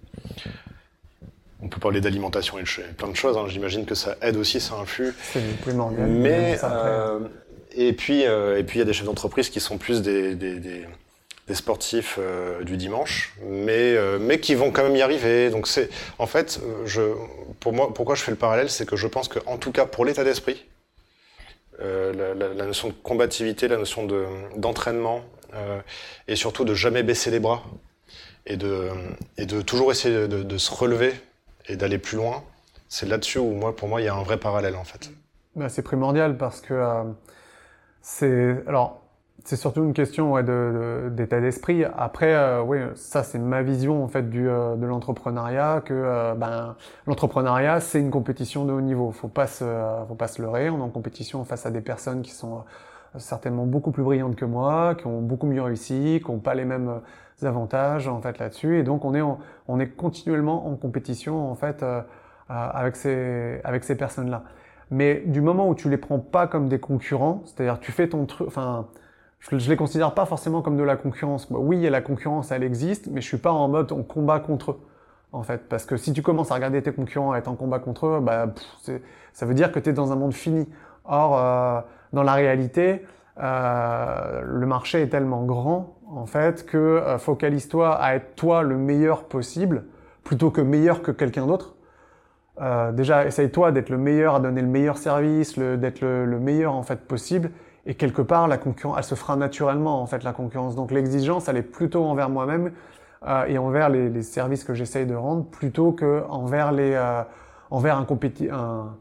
Speaker 1: On peut parler d'alimentation et de ch- plein de choses. Hein. J'imagine que ça aide aussi, ça influe.
Speaker 3: C'est primordial.
Speaker 1: Mais
Speaker 3: Ça, après,
Speaker 1: euh, et puis euh, et puis il y a des chefs d'entreprise qui sont plus des des, des, des sportifs euh, du dimanche, mais euh, mais qui vont quand même y arriver. Donc c'est en fait, euh, je pour moi pourquoi je fais le parallèle, c'est que je pense que en tout cas pour l'état d'esprit, euh, la, la, la notion de combativité, la notion de d'entraînement euh, et surtout de jamais baisser les bras et de et de toujours essayer de, de, de se relever et d'aller plus loin. C'est là-dessus où moi pour moi il y a un vrai parallèle en fait.
Speaker 3: Ben, c'est primordial parce que euh, c'est alors c'est surtout une question ouais, de, de- d'état d'esprit. Après, euh, oui, ça c'est ma vision en fait du euh, de l'entrepreneuriat que euh, ben l'entrepreneuriat c'est une compétition de haut niveau. Faut pas se euh, faut pas se leurrer. On est en compétition face à des personnes qui sont euh, certainement beaucoup plus brillantes que moi, qui ont beaucoup mieux réussi, qui ont pas les mêmes euh, avantages en fait là-dessus. Et donc on est en- on est continuellement en compétition en fait euh, euh, avec ces avec ces personnes-là. Mais du moment où tu les prends pas comme des concurrents, c'est-à-dire tu fais ton truc, enfin, je, je les considère pas forcément comme de la concurrence. Moi, oui, il y a la concurrence, elle existe, mais je suis pas en mode on combat contre eux, en fait. Parce que si tu commences à regarder tes concurrents et être en combat contre eux, bah, pff, c'est- ça veut dire que tu es dans un monde fini. Or, euh, dans la réalité, euh, le marché est tellement grand, en fait, que euh, focalise-toi à être toi le meilleur possible, plutôt que meilleur que quelqu'un d'autre. Euh, déjà, essaye-toi d'être le meilleur, à donner le meilleur service, le, d'être le, le meilleur en fait possible. Et quelque part, la concurrence, elle se fera naturellement en fait la concurrence. Donc l'exigence, elle est plutôt envers moi-même euh, et envers les, les services que j'essaye de rendre, plutôt que envers les, euh, envers un, compéti- un,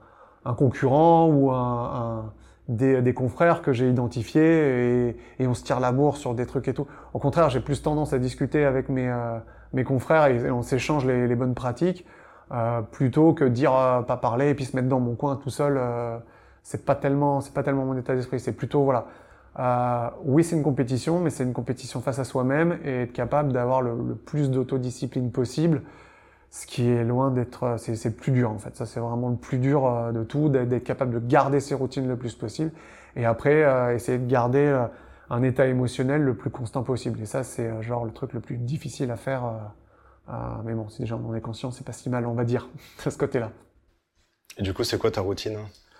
Speaker 3: un concurrent ou un, un des, des confrères que j'ai identifiés et, et on se tire la bourre sur des trucs et tout. Au contraire, j'ai plus tendance à discuter avec mes, euh, mes confrères et, et on s'échange les, les bonnes pratiques euh, plutôt que dire euh, pas parler et puis se mettre dans mon coin tout seul. Euh, c'est pas tellement, c'est pas tellement mon état d'esprit. C'est plutôt voilà. Euh, oui, c'est une compétition, mais c'est une compétition face à soi-même et être capable d'avoir le, le plus d'autodiscipline possible, ce qui est loin d'être... C'est, c'est plus dur, en fait. Ça, c'est vraiment le plus dur euh, de tout, d'être, d'être capable de garder ses routines le plus possible et après, euh, essayer de garder euh, un état émotionnel le plus constant possible. Et ça, c'est euh, genre le truc le plus difficile à faire. Euh, euh, mais bon, si déjà on en est conscient, c'est pas si mal, on va dire, de ce côté-là.
Speaker 1: Et du coup, c'est quoi ta routine?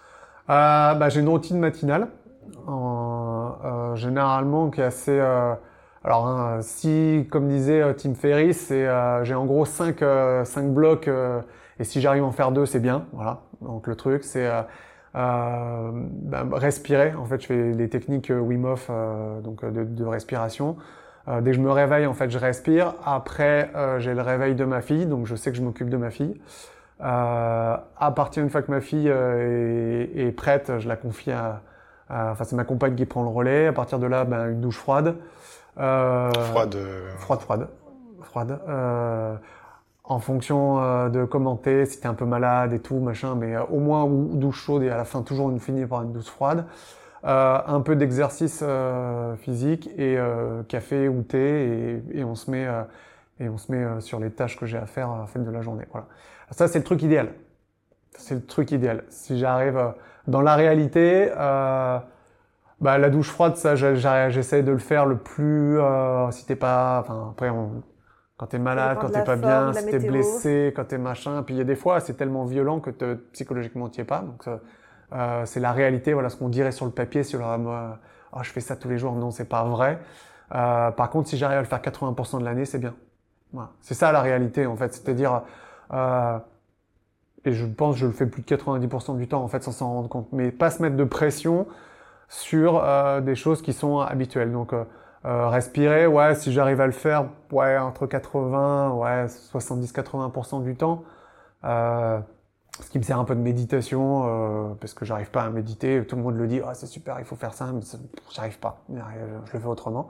Speaker 3: euh, bah, J'ai une routine matinale. En, euh, généralement qui est assez euh, alors hein, si comme disait euh, Tim Ferriss c'est euh, j'ai en gros cinq euh, cinq blocs euh, et si j'arrive à en faire deux c'est bien, voilà. Donc le truc c'est euh, euh, bah, respirer, en fait je fais les techniques euh, Wim Hof euh, donc de, de respiration. Euh, dès que je me réveille en fait je respire, après euh, j'ai le réveil de ma fille donc je sais que je m'occupe de ma fille. Euh, à partir d'une fois que ma fille euh, est, est prête, je la confie à Enfin, c'est ma compagne qui prend le relais. À partir de là, ben, une douche froide.
Speaker 1: Euh... Froide.
Speaker 3: Froide, froide. Froide. Euh... En fonction euh, de comment t'es, si t'es un peu malade et tout, machin, mais euh, au moins ou, douche chaude et à la fin toujours une finit par une douche froide. Euh, un peu d'exercice euh, physique et euh, café ou thé et, et on se met euh, et on se met euh, sur les tâches que j'ai à faire à la fin de la journée. Voilà. Ça, c'est le truc idéal. C'est le truc idéal. Si j'arrive euh, dans la réalité, euh, bah, la douche froide, ça, j'essaie de le faire le plus. Euh, si t'es pas, enfin après, on, quand t'es malade, quand t'es pas bien, si t'es blessé, quand t'es machin. Puis il y a des fois, c'est tellement violent que te, psychologiquement t'y es pas. Donc euh, c'est la réalité. Voilà ce qu'on dirait sur le papier. Sur la, moi, oh, je fais ça tous les jours. Non, c'est pas vrai. Euh, par contre, si j'arrive à le faire quatre-vingts pour cent de l'année, c'est bien. Voilà. C'est ça la réalité en fait. C'est-à-dire euh, et je pense que je le fais plus de quatre-vingt-dix pour cent du temps en fait sans s'en rendre compte. Mais pas se mettre de pression sur euh, des choses qui sont habituelles. Donc euh, euh, respirer, ouais, si j'arrive à le faire, ouais, entre quatre-vingts, ouais, soixante-dix à quatre-vingts pour cent du temps. Euh, ce qui me sert un peu de méditation, euh, parce que j'arrive pas à méditer. Tout le monde le dit, ah, c'est super, il faut faire ça, mais j'arrive pas. Je le fais autrement.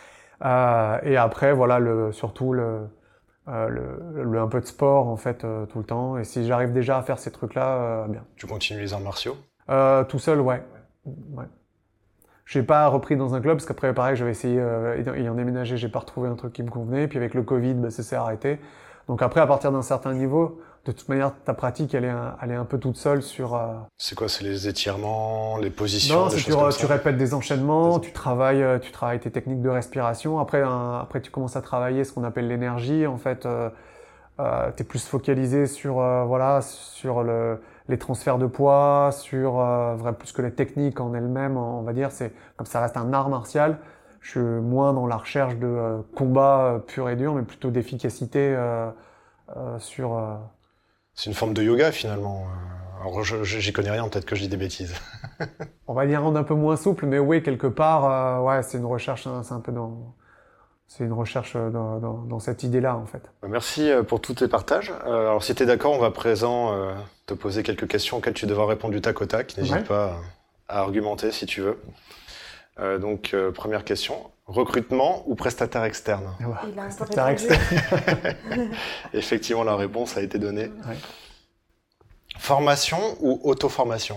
Speaker 3: Euh, et après, voilà, le, surtout le Euh, le, le, un peu de sport en fait euh, tout le temps, et si j'arrive déjà à faire ces trucs là, euh, bien.
Speaker 1: Tu continues les arts martiaux?
Speaker 3: euh, Tout seul, ouais. ouais. J'ai pas repris dans un club parce qu'après pareil j'avais essayé, euh, ayant déménagé, j'ai pas retrouvé un truc qui me convenait, puis avec le Covid bah, ça s'est arrêté. Donc après à partir d'un certain niveau, de toute manière ta pratique elle est un, elle est un peu toute seule sur... Euh...
Speaker 1: C'est quoi? C'est les étirements, les positions?
Speaker 3: Non, c'est tu, tu répètes des enchaînements, des... tu travailles, tu travailles tes techniques de respiration. Après, un, après tu commences à travailler ce qu'on appelle l'énergie. En fait, euh, euh, t'es plus focalisé sur euh, voilà sur le, les transferts de poids, sur euh, vrai, plus que les techniques en elles-mêmes. On va dire, c'est comme ça reste un art martial. Je suis moins dans la recherche de euh, combat euh, pur et dur, mais plutôt d'efficacité euh, euh, sur. Euh...
Speaker 1: C'est une forme de yoga finalement. Alors je, je, j'y connais rien, peut-être que je dis des bêtises.
Speaker 3: On va dire rendre un peu moins souple, mais oui, quelque part, euh, ouais, c'est une recherche, hein, c'est un peu dans, c'est une recherche dans, dans, dans cette idée-là en fait.
Speaker 1: Merci pour tous tes partages. Euh, alors si t'es d'accord, on va à présent euh, te poser quelques questions auxquelles tu devras répondre du tac au tac. N'hésite ouais. pas à argumenter si tu veux. Euh, donc euh, première question, recrutement ou prestataire externe?
Speaker 4: Il a prestataire externe.
Speaker 1: Effectivement, la réponse a été donnée.
Speaker 3: Ouais.
Speaker 1: Formation ou auto-formation?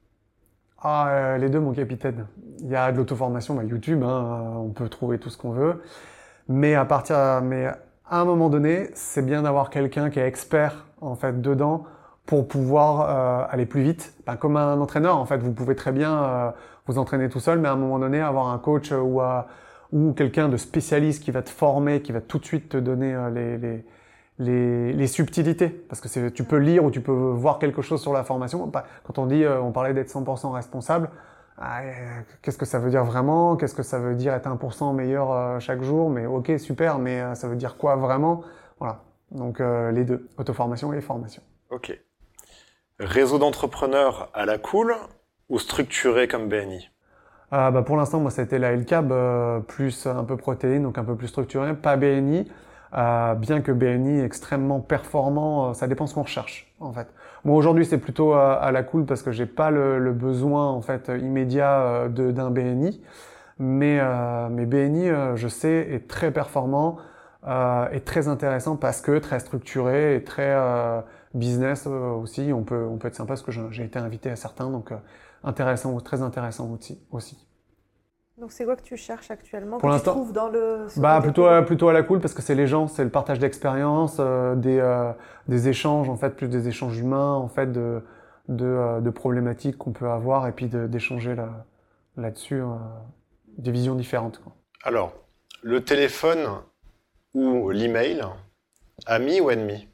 Speaker 3: Ah, euh, les deux, mon capitaine. Il y a de l'auto-formation, bah, YouTube, hein, on peut trouver tout ce qu'on veut. Mais à partir, mais à un moment donné, c'est bien d'avoir quelqu'un qui est expert en fait dedans pour pouvoir euh, aller plus vite. Ben, comme un entraîneur, en fait, vous pouvez très bien euh, vous entraîner tout seul, mais à un moment donné, avoir un coach ou, euh, ou quelqu'un de spécialiste qui va te former, qui va tout de suite te donner euh, les, les, les, les subtilités. Parce que c'est, tu peux lire ou tu peux voir quelque chose sur la formation. Quand on dit, euh, on parlait d'être cent pour cent responsable, euh, qu'est-ce que ça veut dire vraiment? Qu'est-ce que ça veut dire être un pour cent meilleur euh, chaque jour? Mais ok, super, mais euh, ça veut dire quoi vraiment? Voilà. Donc euh, les deux, auto-formation et formation.
Speaker 1: Ok. Réseau d'entrepreneurs à la cool ou structuré comme B N I?
Speaker 3: euh, bah Pour l'instant, moi, ça a été la L C A B, euh, plus un peu protéine, donc un peu plus structuré, pas B N I. Euh, bien que B N I est extrêmement performant, euh, ça dépend ce qu'on recherche, en fait. Moi aujourd'hui c'est plutôt à, à la cool parce que j'ai pas le, le besoin en fait immédiat euh, de, d'un B N I, mais euh, mais B N I euh, je sais est très performant euh, et très intéressant parce que très structuré et très euh, business euh, aussi. On peut on peut être sympa parce que j'ai, j'ai été invité à certains, donc euh, intéressant, très intéressant aussi aussi.
Speaker 4: Donc c'est quoi que tu cherches actuellement,
Speaker 3: Pour
Speaker 4: que
Speaker 3: l'instant,
Speaker 4: tu trouves dans le...
Speaker 3: bah plutôt à, plutôt à la cool parce que c'est les gens, c'est le partage d'expériences, euh, des euh, des échanges en fait, plus des échanges humains en fait de de, euh, de problématiques qu'on peut avoir et puis de, d'échanger là là-dessus euh, des visions différentes, quoi.
Speaker 1: Alors, le téléphone ou l'email, ami ou ennemi?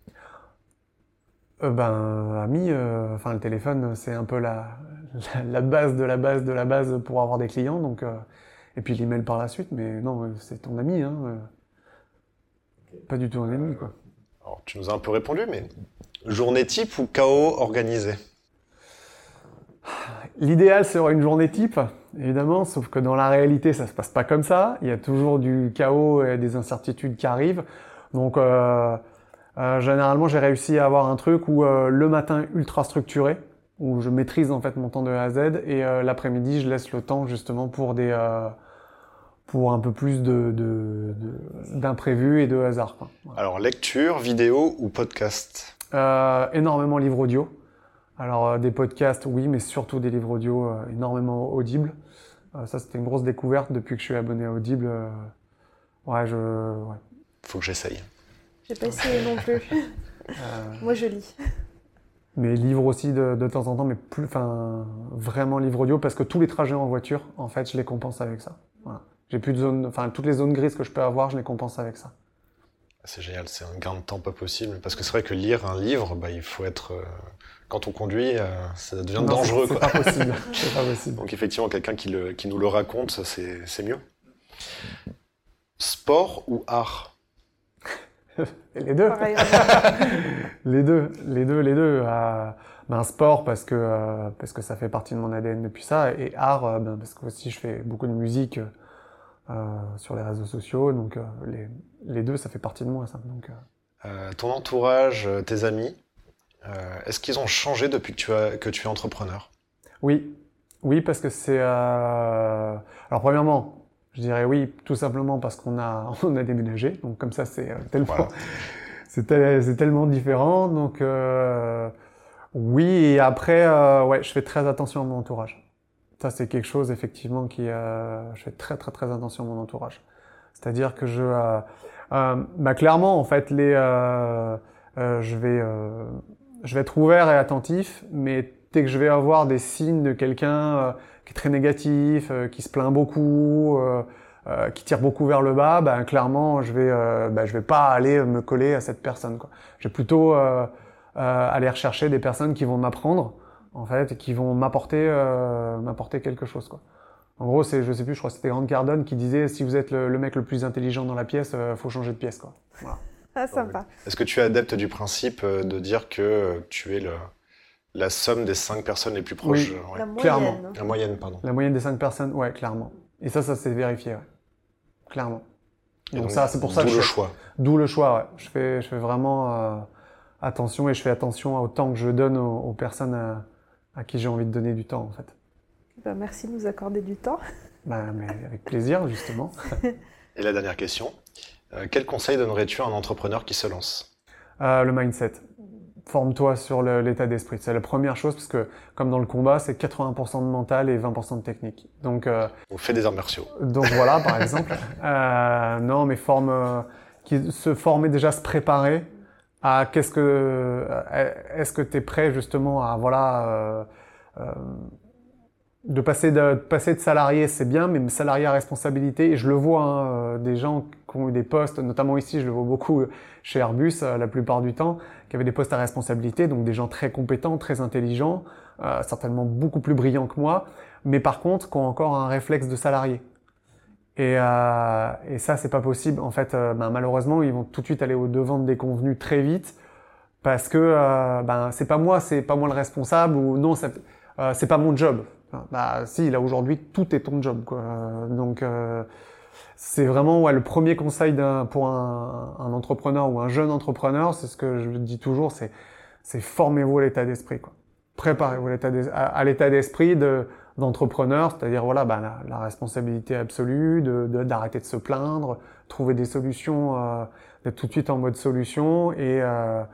Speaker 3: Euh, ben ami, euh, enfin le téléphone c'est un peu la, la la base de la base de la base pour avoir des clients, donc euh, et puis l'email par la suite, mais non, euh, c'est ton ami, hein, euh, pas du tout un ennemi, quoi.
Speaker 1: Alors, tu nous as un peu répondu, mais journée type ou chaos organisé?
Speaker 3: L'idéal serait une journée type, évidemment, sauf que dans la réalité, ça se passe pas comme ça. Il y a toujours du chaos et des incertitudes qui arrivent. Donc, euh, euh, généralement, j'ai réussi à avoir un truc où euh, le matin ultra structuré, où je maîtrise en fait mon temps de A à Z, et euh, l'après-midi, je laisse le temps justement pour des euh, pour un peu plus de, de, de d'imprévus et de hasard, quoi. Voilà.
Speaker 1: Alors, lecture, vidéo ou podcast?
Speaker 3: Euh, énormément livres audio. Alors euh, des podcasts, oui, mais surtout des livres audio euh, énormément audibles. Euh, ça, c'était une grosse découverte depuis que je suis abonné à Audible. Euh, ouais, je, ouais.
Speaker 1: Faut que j'essaye.
Speaker 4: J'ai pas essayé non plus.
Speaker 3: Euh,
Speaker 4: Moi, je lis.
Speaker 3: mais livres aussi de, de temps en temps, mais plus, enfin, vraiment livres audio parce que tous les trajets en voiture, en fait, je les compense avec ça. Voilà. J'ai plus de zones, enfin, toutes les zones grises que je peux avoir, je les compense avec ça.
Speaker 1: C'est génial, c'est un gain de temps pas possible. Parce que c'est vrai que lire un livre, bah, il faut être... euh, quand on conduit, euh, ça devient
Speaker 3: Non,
Speaker 1: dangereux,
Speaker 3: c'est, c'est
Speaker 1: quoi.
Speaker 3: pas possible. C'est pas possible.
Speaker 1: Donc effectivement, quelqu'un qui, le, qui nous le raconte, ça, c'est, c'est mieux. Sport ou art?
Speaker 3: Les deux.
Speaker 4: Pareil.
Speaker 3: Les deux, les deux, les deux. Euh, ben sport parce que euh, parce que ça fait partie de mon A D N depuis ça, et art euh, ben, parce que aussi je fais beaucoup de musique euh, sur les réseaux sociaux, donc euh, les les deux ça fait partie de moi, ça. Donc euh...
Speaker 1: Euh, ton entourage, euh, tes amis, euh, est-ce qu'ils ont changé depuis que tu, as, que tu es entrepreneur?
Speaker 3: oui, oui parce que c'est euh... alors premièrement je dirais oui tout simplement parce qu'on a on a déménagé, donc comme ça c'est euh, tellement
Speaker 1: Voilà.
Speaker 3: c'est, tel- c'est tellement différent, donc euh... oui, et après, euh, ouais, je fais très attention à mon entourage. Ça, c'est quelque chose, effectivement, qui... Euh, je fais très, très, très attention à mon entourage. C'est-à-dire que je... Euh, euh, bah, clairement, en fait, les, euh, euh, je vais, euh, je vais être ouvert et attentif, mais dès que je vais avoir des signes de quelqu'un euh, qui est très négatif, euh, qui se plaint beaucoup, euh, euh, qui tire beaucoup vers le bas, bah, clairement, je vais, euh, bah, je vais pas aller me coller à cette personne, quoi. Je vais plutôt... Euh, Euh, aller rechercher des personnes qui vont m'apprendre, en fait, et qui vont m'apporter, euh, m'apporter quelque chose, quoi. En gros, c'est, je sais plus, je crois que c'était Grant Cardone qui disait si vous êtes le, le mec le plus intelligent dans la pièce, euh, faut changer de pièce, quoi. Voilà.
Speaker 4: Ah, sympa.
Speaker 1: Est-ce que tu es adepte du principe euh, de dire que euh, tu es le, la somme des cinq personnes les plus proches?
Speaker 3: Oui.
Speaker 1: euh, ouais.
Speaker 4: La moyenne.
Speaker 3: Clairement.
Speaker 1: La moyenne, pardon.
Speaker 3: La moyenne des cinq personnes, ouais, clairement. Et ça, ça s'est vérifié, ouais. Clairement.
Speaker 1: Et
Speaker 3: Donc,
Speaker 1: donc,
Speaker 3: ça, c'est pour ça
Speaker 1: d'où
Speaker 3: que
Speaker 1: le
Speaker 3: je,
Speaker 1: choix.
Speaker 3: d'où le choix, ouais. Je fais, je fais vraiment euh, attention, et je fais attention au temps que je donne aux, aux personnes à, à qui j'ai envie de donner du temps, en fait.
Speaker 4: Ben, merci de nous accorder du temps.
Speaker 3: Bah, mais avec plaisir, justement.
Speaker 1: Et la dernière question, euh, quel conseil donnerais-tu à un entrepreneur qui se lance?
Speaker 3: Euh, le mindset. Forme-toi sur le- l'état d'esprit. C'est la première chose, parce que, comme dans le combat, c'est quatre-vingts pour cent de mental et vingt pour cent de technique. Donc, euh,
Speaker 1: On fait des arts martiaux.
Speaker 3: donc voilà, par exemple. Euh, non, mais forme, euh, qui, se former déjà, se préparer à qu'est-ce que, euh, est-ce que t'es prêt justement à, voilà, euh, euh, de passer de, de passer de salarié, c'est bien, mais salarié à responsabilité, et je le vois, hein, euh, des gens qui ont eu des postes, notamment ici, je le vois beaucoup chez Airbus, euh, la plupart du temps, qui avaient des postes à responsabilité, donc des gens très compétents, très intelligents, euh, certainement beaucoup plus brillants que moi, mais par contre, qui ont encore un réflexe de salarié. Et, euh, et ça, c'est pas possible. En fait, euh, ben, malheureusement, ils vont tout de suite aller au devant de déconvenus très vite, parce que euh, ben c'est pas moi, c'est pas moi le responsable, ou non, ça, euh, c'est pas mon job. Enfin, bah si, là aujourd'hui, tout est ton job, quoi. Donc euh, c'est vraiment, ouais, le premier conseil d'un, pour un, un entrepreneur ou un jeune entrepreneur, c'est ce que je dis toujours, c'est c'est formez-vous à l'état d'esprit, quoi. Préparez-vous à l'état d'es- à, à l'état d'esprit de, d'entrepreneur, c'est-à-dire voilà, bah, la, la responsabilité absolue, de, de, d'arrêter de se plaindre, trouver des solutions, euh, d'être tout de suite en mode solution et, euh,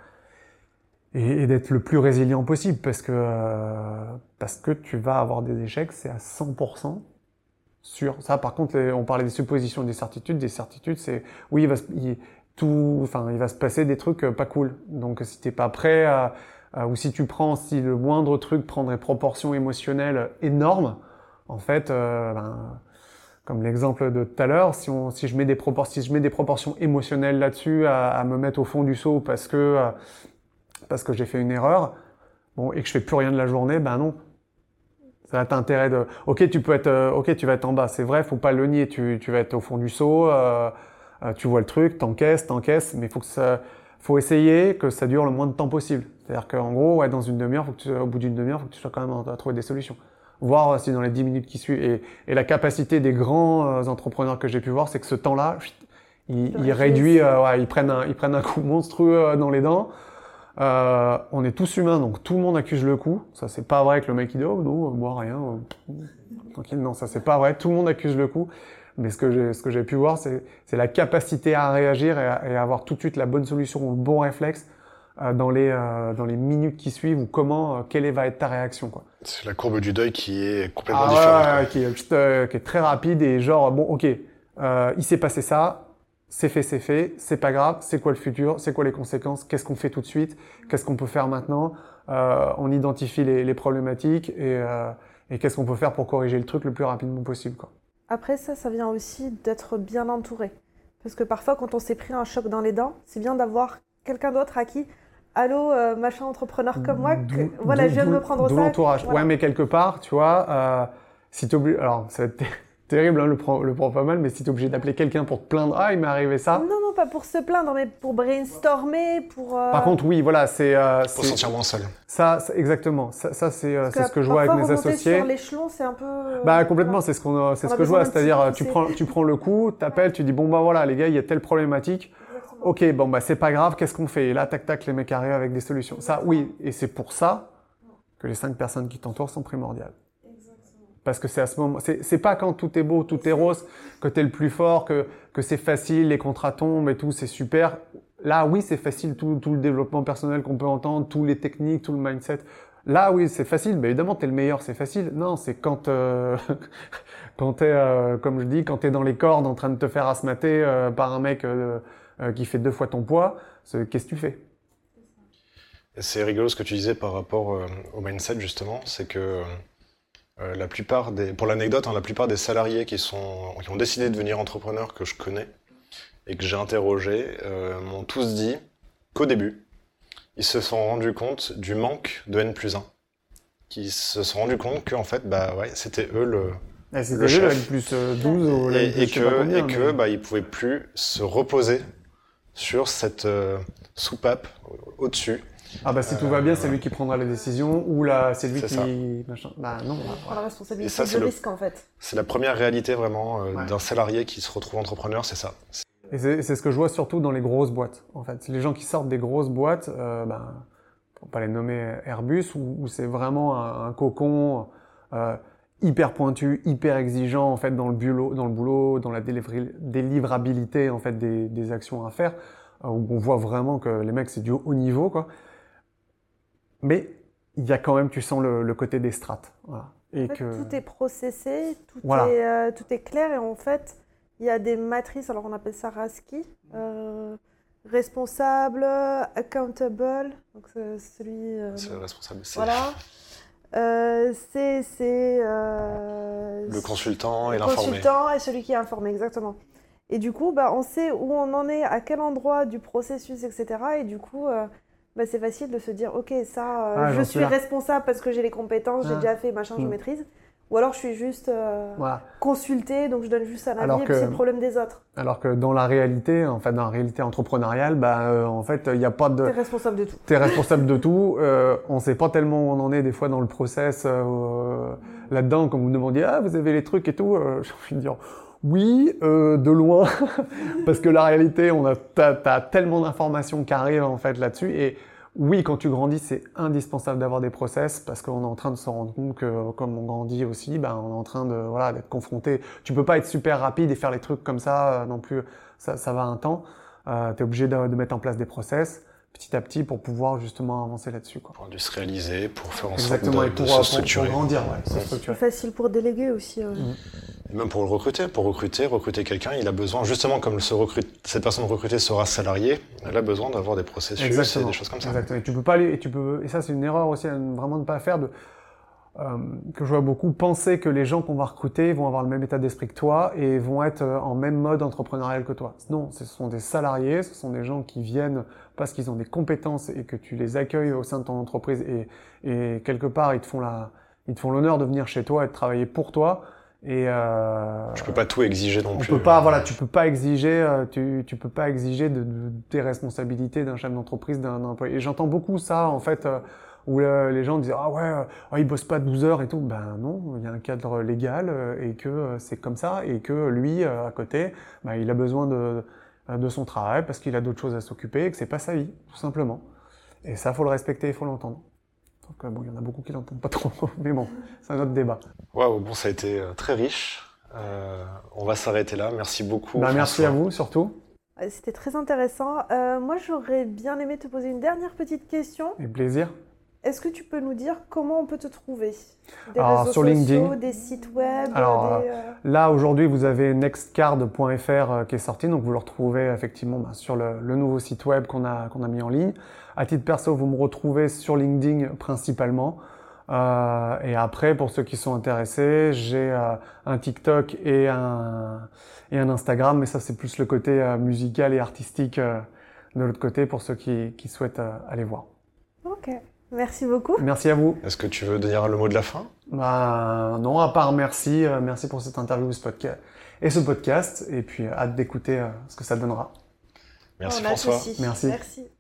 Speaker 3: et, et d'être le plus résilient possible parce que, euh, parce que tu vas avoir des échecs, c'est à cent pour cent sûr. Ça, par contre, les- on parlait des suppositions et des certitudes. Des certitudes, c'est oui, il va, se- il, tout, enfin, il va se passer des trucs euh, pas cool. Donc, si t'es pas prêt à, à- ou si tu prends, si le moindre truc prend des proportions émotionnelles énormes, en fait, euh, ben, comme l'exemple de tout à l'heure, si, on, si, je mets des propor- si je mets des proportions émotionnelles là-dessus, à, à me mettre au fond du seau parce que, euh, parce que j'ai fait une erreur, bon, et que je fais plus rien de la journée, ben non. Ça a intérêt de, ok, tu peux être, euh, ok, tu vas être en bas, c'est vrai, faut pas le nier, tu, tu vas être au fond du seau, euh, euh, tu vois le truc, t'encaisses, t'encaisses, mais faut que ça, faut essayer que ça dure le moins de temps possible. C'est-à-dire qu'en gros, ouais, dans une demi-heure, faut que tu, au bout d'une demi-heure, faut que tu sois quand même à trouver des solutions. Voir si dans les dix minutes qui suivent, et, et la capacité des grands euh, entrepreneurs que j'ai pu voir, c'est que ce temps-là, chut, il, il réduit, euh, ouais, ils prennent un, ils prennent un coup monstrueux euh, dans les dents. Euh, on est tous humains, donc tout le monde accuse le coup. Ça, c'est pas vrai que le mec il dit oh non, moi rien, euh, tranquille. Non, ça c'est pas vrai. Tout le monde accuse le coup. Mais ce que j'ai, ce que j'ai pu voir, c'est, c'est la capacité à réagir et à, et à avoir tout de suite la bonne solution ou le bon réflexe euh, dans les euh, dans les minutes qui suivent ou comment, euh, quelle va être ta réaction, quoi.
Speaker 1: C'est la courbe du deuil qui est complètement
Speaker 3: Ah,
Speaker 1: différente.
Speaker 3: ouais,
Speaker 1: quoi.
Speaker 3: ouais, qui est juste, euh, qui est très rapide et genre bon, ok, euh, il s'est passé ça. C'est fait, c'est fait, c'est pas grave, c'est quoi le futur, c'est quoi les conséquences, qu'est-ce qu'on fait tout de suite, qu'est-ce qu'on peut faire maintenant, euh, on identifie les, les problématiques et, euh, et qu'est-ce qu'on peut faire pour corriger le truc le plus rapidement possible, quoi.
Speaker 4: Après ça, ça vient aussi d'être bien entouré. Parce que parfois, quand on s'est pris un choc dans les dents, c'est bien d'avoir quelqu'un d'autre à qui, allô, euh, machin entrepreneur comme moi, que,
Speaker 3: D'où-
Speaker 4: voilà,
Speaker 3: d'où-
Speaker 4: je viens de
Speaker 3: d'où-
Speaker 4: me prendre
Speaker 3: d'où
Speaker 4: ça.
Speaker 3: l'entourage.
Speaker 4: Voilà.
Speaker 3: Ouais, mais quelque part, tu vois, euh, si t'es obligé, alors ça va être terrible, hein, le prend, le prend pas mal, mais si t'es obligé d'appeler quelqu'un pour te plaindre, ah, il m'est arrivé ça.
Speaker 4: Non, non, pas pour se plaindre, mais pour brainstormer, pour... euh,
Speaker 3: Par contre, oui, voilà, c'est, euh,
Speaker 1: Pour se
Speaker 3: c'est
Speaker 1: sentir moins seul.
Speaker 3: ça, c'est- exactement. Ça, ça c'est, euh,
Speaker 4: parce
Speaker 3: c'est
Speaker 4: que
Speaker 3: ce que je vois avec
Speaker 4: parfois,
Speaker 3: mes
Speaker 4: remonter
Speaker 3: associés.
Speaker 4: sur l'échelon, c'est un peu... euh,
Speaker 3: Bah complètement,
Speaker 4: voilà.
Speaker 3: c'est ce qu'on, a- c'est
Speaker 4: On
Speaker 3: ce
Speaker 4: a
Speaker 3: que je
Speaker 4: besoin
Speaker 3: vois,
Speaker 4: d'un petit
Speaker 3: c'est-à-dire
Speaker 4: coup
Speaker 3: tu
Speaker 4: poussé.
Speaker 3: prends, tu prends le coup, t'appelles, tu dis bon bah voilà les gars, il y a telle problématique.
Speaker 4: Exactement.
Speaker 3: Ok, bon bah c'est pas grave, qu'est-ce qu'on fait? Et là tac tac, les mecs arrivent avec des solutions. Ça oui, et c'est pour ça que les cinq personnes qui t'entourent sont primordiales. Parce que c'est à ce moment, c'est, c'est pas quand tout est beau, tout est rose, que t'es le plus fort, que, que c'est facile, les contrats tombent et tout, c'est super. Là, oui, c'est facile, tout, tout le développement personnel qu'on peut entendre, tous les techniques, tout le mindset. Là, oui, c'est facile. Mais évidemment, t'es le meilleur, c'est facile. Non, c'est quand, euh, quand t'es, euh, comme je dis, quand t'es dans les cordes en train de te faire asmater euh, par un mec euh, euh, qui fait deux fois ton poids, c'est, qu'est-ce que tu fais?
Speaker 1: Et c'est rigolo ce que tu disais par rapport euh, au mindset, justement, c'est que euh, la plupart des, pour l'anecdote, hein, la plupart des salariés qui sont, qui ont décidé de devenir entrepreneurs que je connais et que j'ai interrogés euh, m'ont tous dit qu'au début, ils se sont rendus compte du manque de N plus un. Qu'ils se sont rendus compte qu'en fait, bah ouais, c'était eux le,
Speaker 3: Ah, c'était
Speaker 1: le
Speaker 3: le
Speaker 1: chef.
Speaker 3: N plus euh, douze ou le
Speaker 1: Et,
Speaker 3: N plus
Speaker 1: et
Speaker 3: je sais pas
Speaker 1: que,
Speaker 3: combien,
Speaker 1: et que
Speaker 3: mais-
Speaker 1: bah, ils pouvaient plus se reposer sur cette euh, soupape au-dessus.
Speaker 3: Ah bah si tout va bien, c'est lui qui prendra les décisions ou là c'est lui
Speaker 1: C'est
Speaker 3: qui
Speaker 1: ça.
Speaker 3: machin. Bah non. bah,
Speaker 4: Prendre la responsabilité
Speaker 1: Et ça,
Speaker 4: du
Speaker 1: c'est le-
Speaker 4: risque, en fait.
Speaker 1: C'est la première réalité vraiment euh,
Speaker 3: Ouais.
Speaker 1: d'un salarié qui se retrouve entrepreneur, c'est ça.
Speaker 3: Et c'est, c'est ce que je vois surtout dans les grosses boîtes. En fait, c'est les gens qui sortent des grosses boîtes, euh, ben, pour pas les nommer Airbus, où, où c'est vraiment un, un cocon euh, hyper pointu, hyper exigeant en fait dans le boulot, dans le boulot, dans la délivri- délivrabilité en fait des, des actions à faire, euh, où on voit vraiment que les mecs c'est du haut niveau quoi. Mais il y a quand même, tu sens le, le côté des strates. Voilà. Et
Speaker 4: En fait,
Speaker 3: que
Speaker 4: tout est processé, tout,
Speaker 3: Voilà.
Speaker 4: est, euh, tout est clair et en fait, il y a des matrices, alors on appelle ça RASCI, euh, responsable, accountable, donc c'est celui... euh,
Speaker 1: C'est le responsable. C'est
Speaker 4: voilà. Euh, c'est c'est, euh,
Speaker 1: le consultant et
Speaker 4: le
Speaker 1: l'informé.
Speaker 4: consultant et celui qui est informé, exactement. Et du coup, bah, on sait où on en est, à quel endroit du processus, et cetera. Et du coup, euh, bah, c'est facile de se dire, ok, ça, euh,
Speaker 3: Ah,
Speaker 4: je
Speaker 3: j'en
Speaker 4: suis
Speaker 3: suis là.
Speaker 4: responsable parce que j'ai les compétences, j'ai
Speaker 3: Ah.
Speaker 4: déjà fait, machin, je
Speaker 3: Mm.
Speaker 4: maîtrise. Ou alors je suis juste euh,
Speaker 3: voilà.
Speaker 4: consulté, donc je donne juste un avis
Speaker 3: Alors
Speaker 4: et
Speaker 3: que-
Speaker 4: puis c'est le problème des autres.
Speaker 3: Alors que dans la réalité, en fait, dans la réalité entrepreneuriale, bah, euh, en fait, il n'y a pas de.
Speaker 4: T'es responsable de tout.
Speaker 3: T'es responsable de tout. Euh, on sait pas tellement où on en est des fois dans le process euh, là-dedans. Quand vous me demandiez, ah, vous avez les trucs et tout, euh, j'ai envie de dire, oui, euh, de loin, parce que la réalité, on a, t'as, t'as tellement d'informations qui arrivent en fait là-dessus. Et oui, quand tu grandis, c'est indispensable d'avoir des process parce qu'on est en train de se rendre compte que comme on grandit aussi, ben, on est en train de voilà d'être confronté. Tu peux pas être super rapide et faire les trucs comme ça euh, non plus. Ça, ça va un temps. Euh, tu es obligé de, de mettre en place des process petit à petit pour pouvoir justement avancer là-dessus, quoi.
Speaker 1: Pour industrialiser, pour faire en
Speaker 3: Exactement,
Speaker 1: sorte
Speaker 3: et
Speaker 1: de,
Speaker 3: pour,
Speaker 1: de
Speaker 3: pour,
Speaker 1: se structurer.
Speaker 3: pour grandir, ouais, se
Speaker 4: C'est
Speaker 3: structurer.
Speaker 4: facile pour déléguer aussi. euh.
Speaker 3: Mhm.
Speaker 1: Et même pour le recruter, pour recruter, recruter quelqu'un, il a besoin, justement, comme ce recrute, cette personne recrutée sera salariée, elle a besoin d'avoir des processus
Speaker 3: Exactement.
Speaker 1: et des choses comme ça.
Speaker 3: Exactement. Et tu peux pas aller, et tu peux, et ça c'est une erreur aussi, à ne- vraiment de pas faire de, euh, que je vois beaucoup, penser que les gens qu'on va recruter vont avoir le même état d'esprit que toi et vont être euh, en même mode entrepreneurial que toi. Non, ce sont des salariés, ce sont des gens qui viennent parce qu'ils ont des compétences et que tu les accueilles au sein de ton entreprise et, et quelque part ils te font la, ils te font l'honneur de venir chez toi et de travailler pour toi. Et euh,
Speaker 1: Je peux pas tout exiger non
Speaker 3: on
Speaker 1: plus.
Speaker 3: peut pas, voilà, tu peux pas exiger, euh, tu, tu peux pas exiger de, de, des responsabilités d'un chef d'entreprise, d'un d'un employé. Et j'entends beaucoup ça, en fait, euh, où euh, les gens disent ah ouais, euh, ah, il bosse pas douze heures et tout. Ben non, il y a un cadre légal euh, et que euh, c'est comme ça et que lui, euh, à côté, ben, il a besoin de, de son travail parce qu'il a d'autres choses à s'occuper et que c'est pas sa vie, tout simplement. Et ça, faut le respecter, il faut l'entendre. Donc euh, bon, il y en a beaucoup qui l'entendent pas trop, mais bon, c'est un autre débat.
Speaker 1: Waouh, bon, ça a été euh, très riche. Euh, on va s'arrêter là. Merci beaucoup.
Speaker 3: Ben, merci
Speaker 1: François.
Speaker 3: à vous, surtout.
Speaker 4: Ouais, C'était très intéressant. Euh, moi, j'aurais bien aimé te poser une dernière petite question.
Speaker 3: Et plaisir.
Speaker 4: Est-ce que tu peux nous dire comment on peut te trouver? Des
Speaker 3: Alors,
Speaker 4: réseaux
Speaker 3: sur
Speaker 4: sociaux,
Speaker 3: LinkedIn.
Speaker 4: des sites web,
Speaker 3: Alors,
Speaker 4: des... euh,
Speaker 3: Là, aujourd'hui, vous avez nextcard point f r euh, qui est sorti, donc vous le retrouvez effectivement ben, sur le, le nouveau site web qu'on a, qu'on a mis en ligne. À titre perso, vous me retrouvez sur LinkedIn principalement. Euh, et après, pour ceux qui sont intéressés, j'ai euh, un TikTok et un, et un Instagram, mais ça, c'est plus le côté euh, musical et artistique euh, de l'autre côté pour ceux qui, qui souhaitent euh, aller voir.
Speaker 4: Ok, merci beaucoup.
Speaker 3: Merci à vous.
Speaker 1: Est-ce que tu veux dire le mot de la fin?
Speaker 3: Bah, non, à part merci, euh, merci pour cette interview ce podcast, et ce podcast, et puis euh, hâte d'écouter euh, ce que ça donnera.
Speaker 1: Merci
Speaker 4: On a
Speaker 1: François.
Speaker 4: ceci.
Speaker 3: Merci.
Speaker 4: Merci.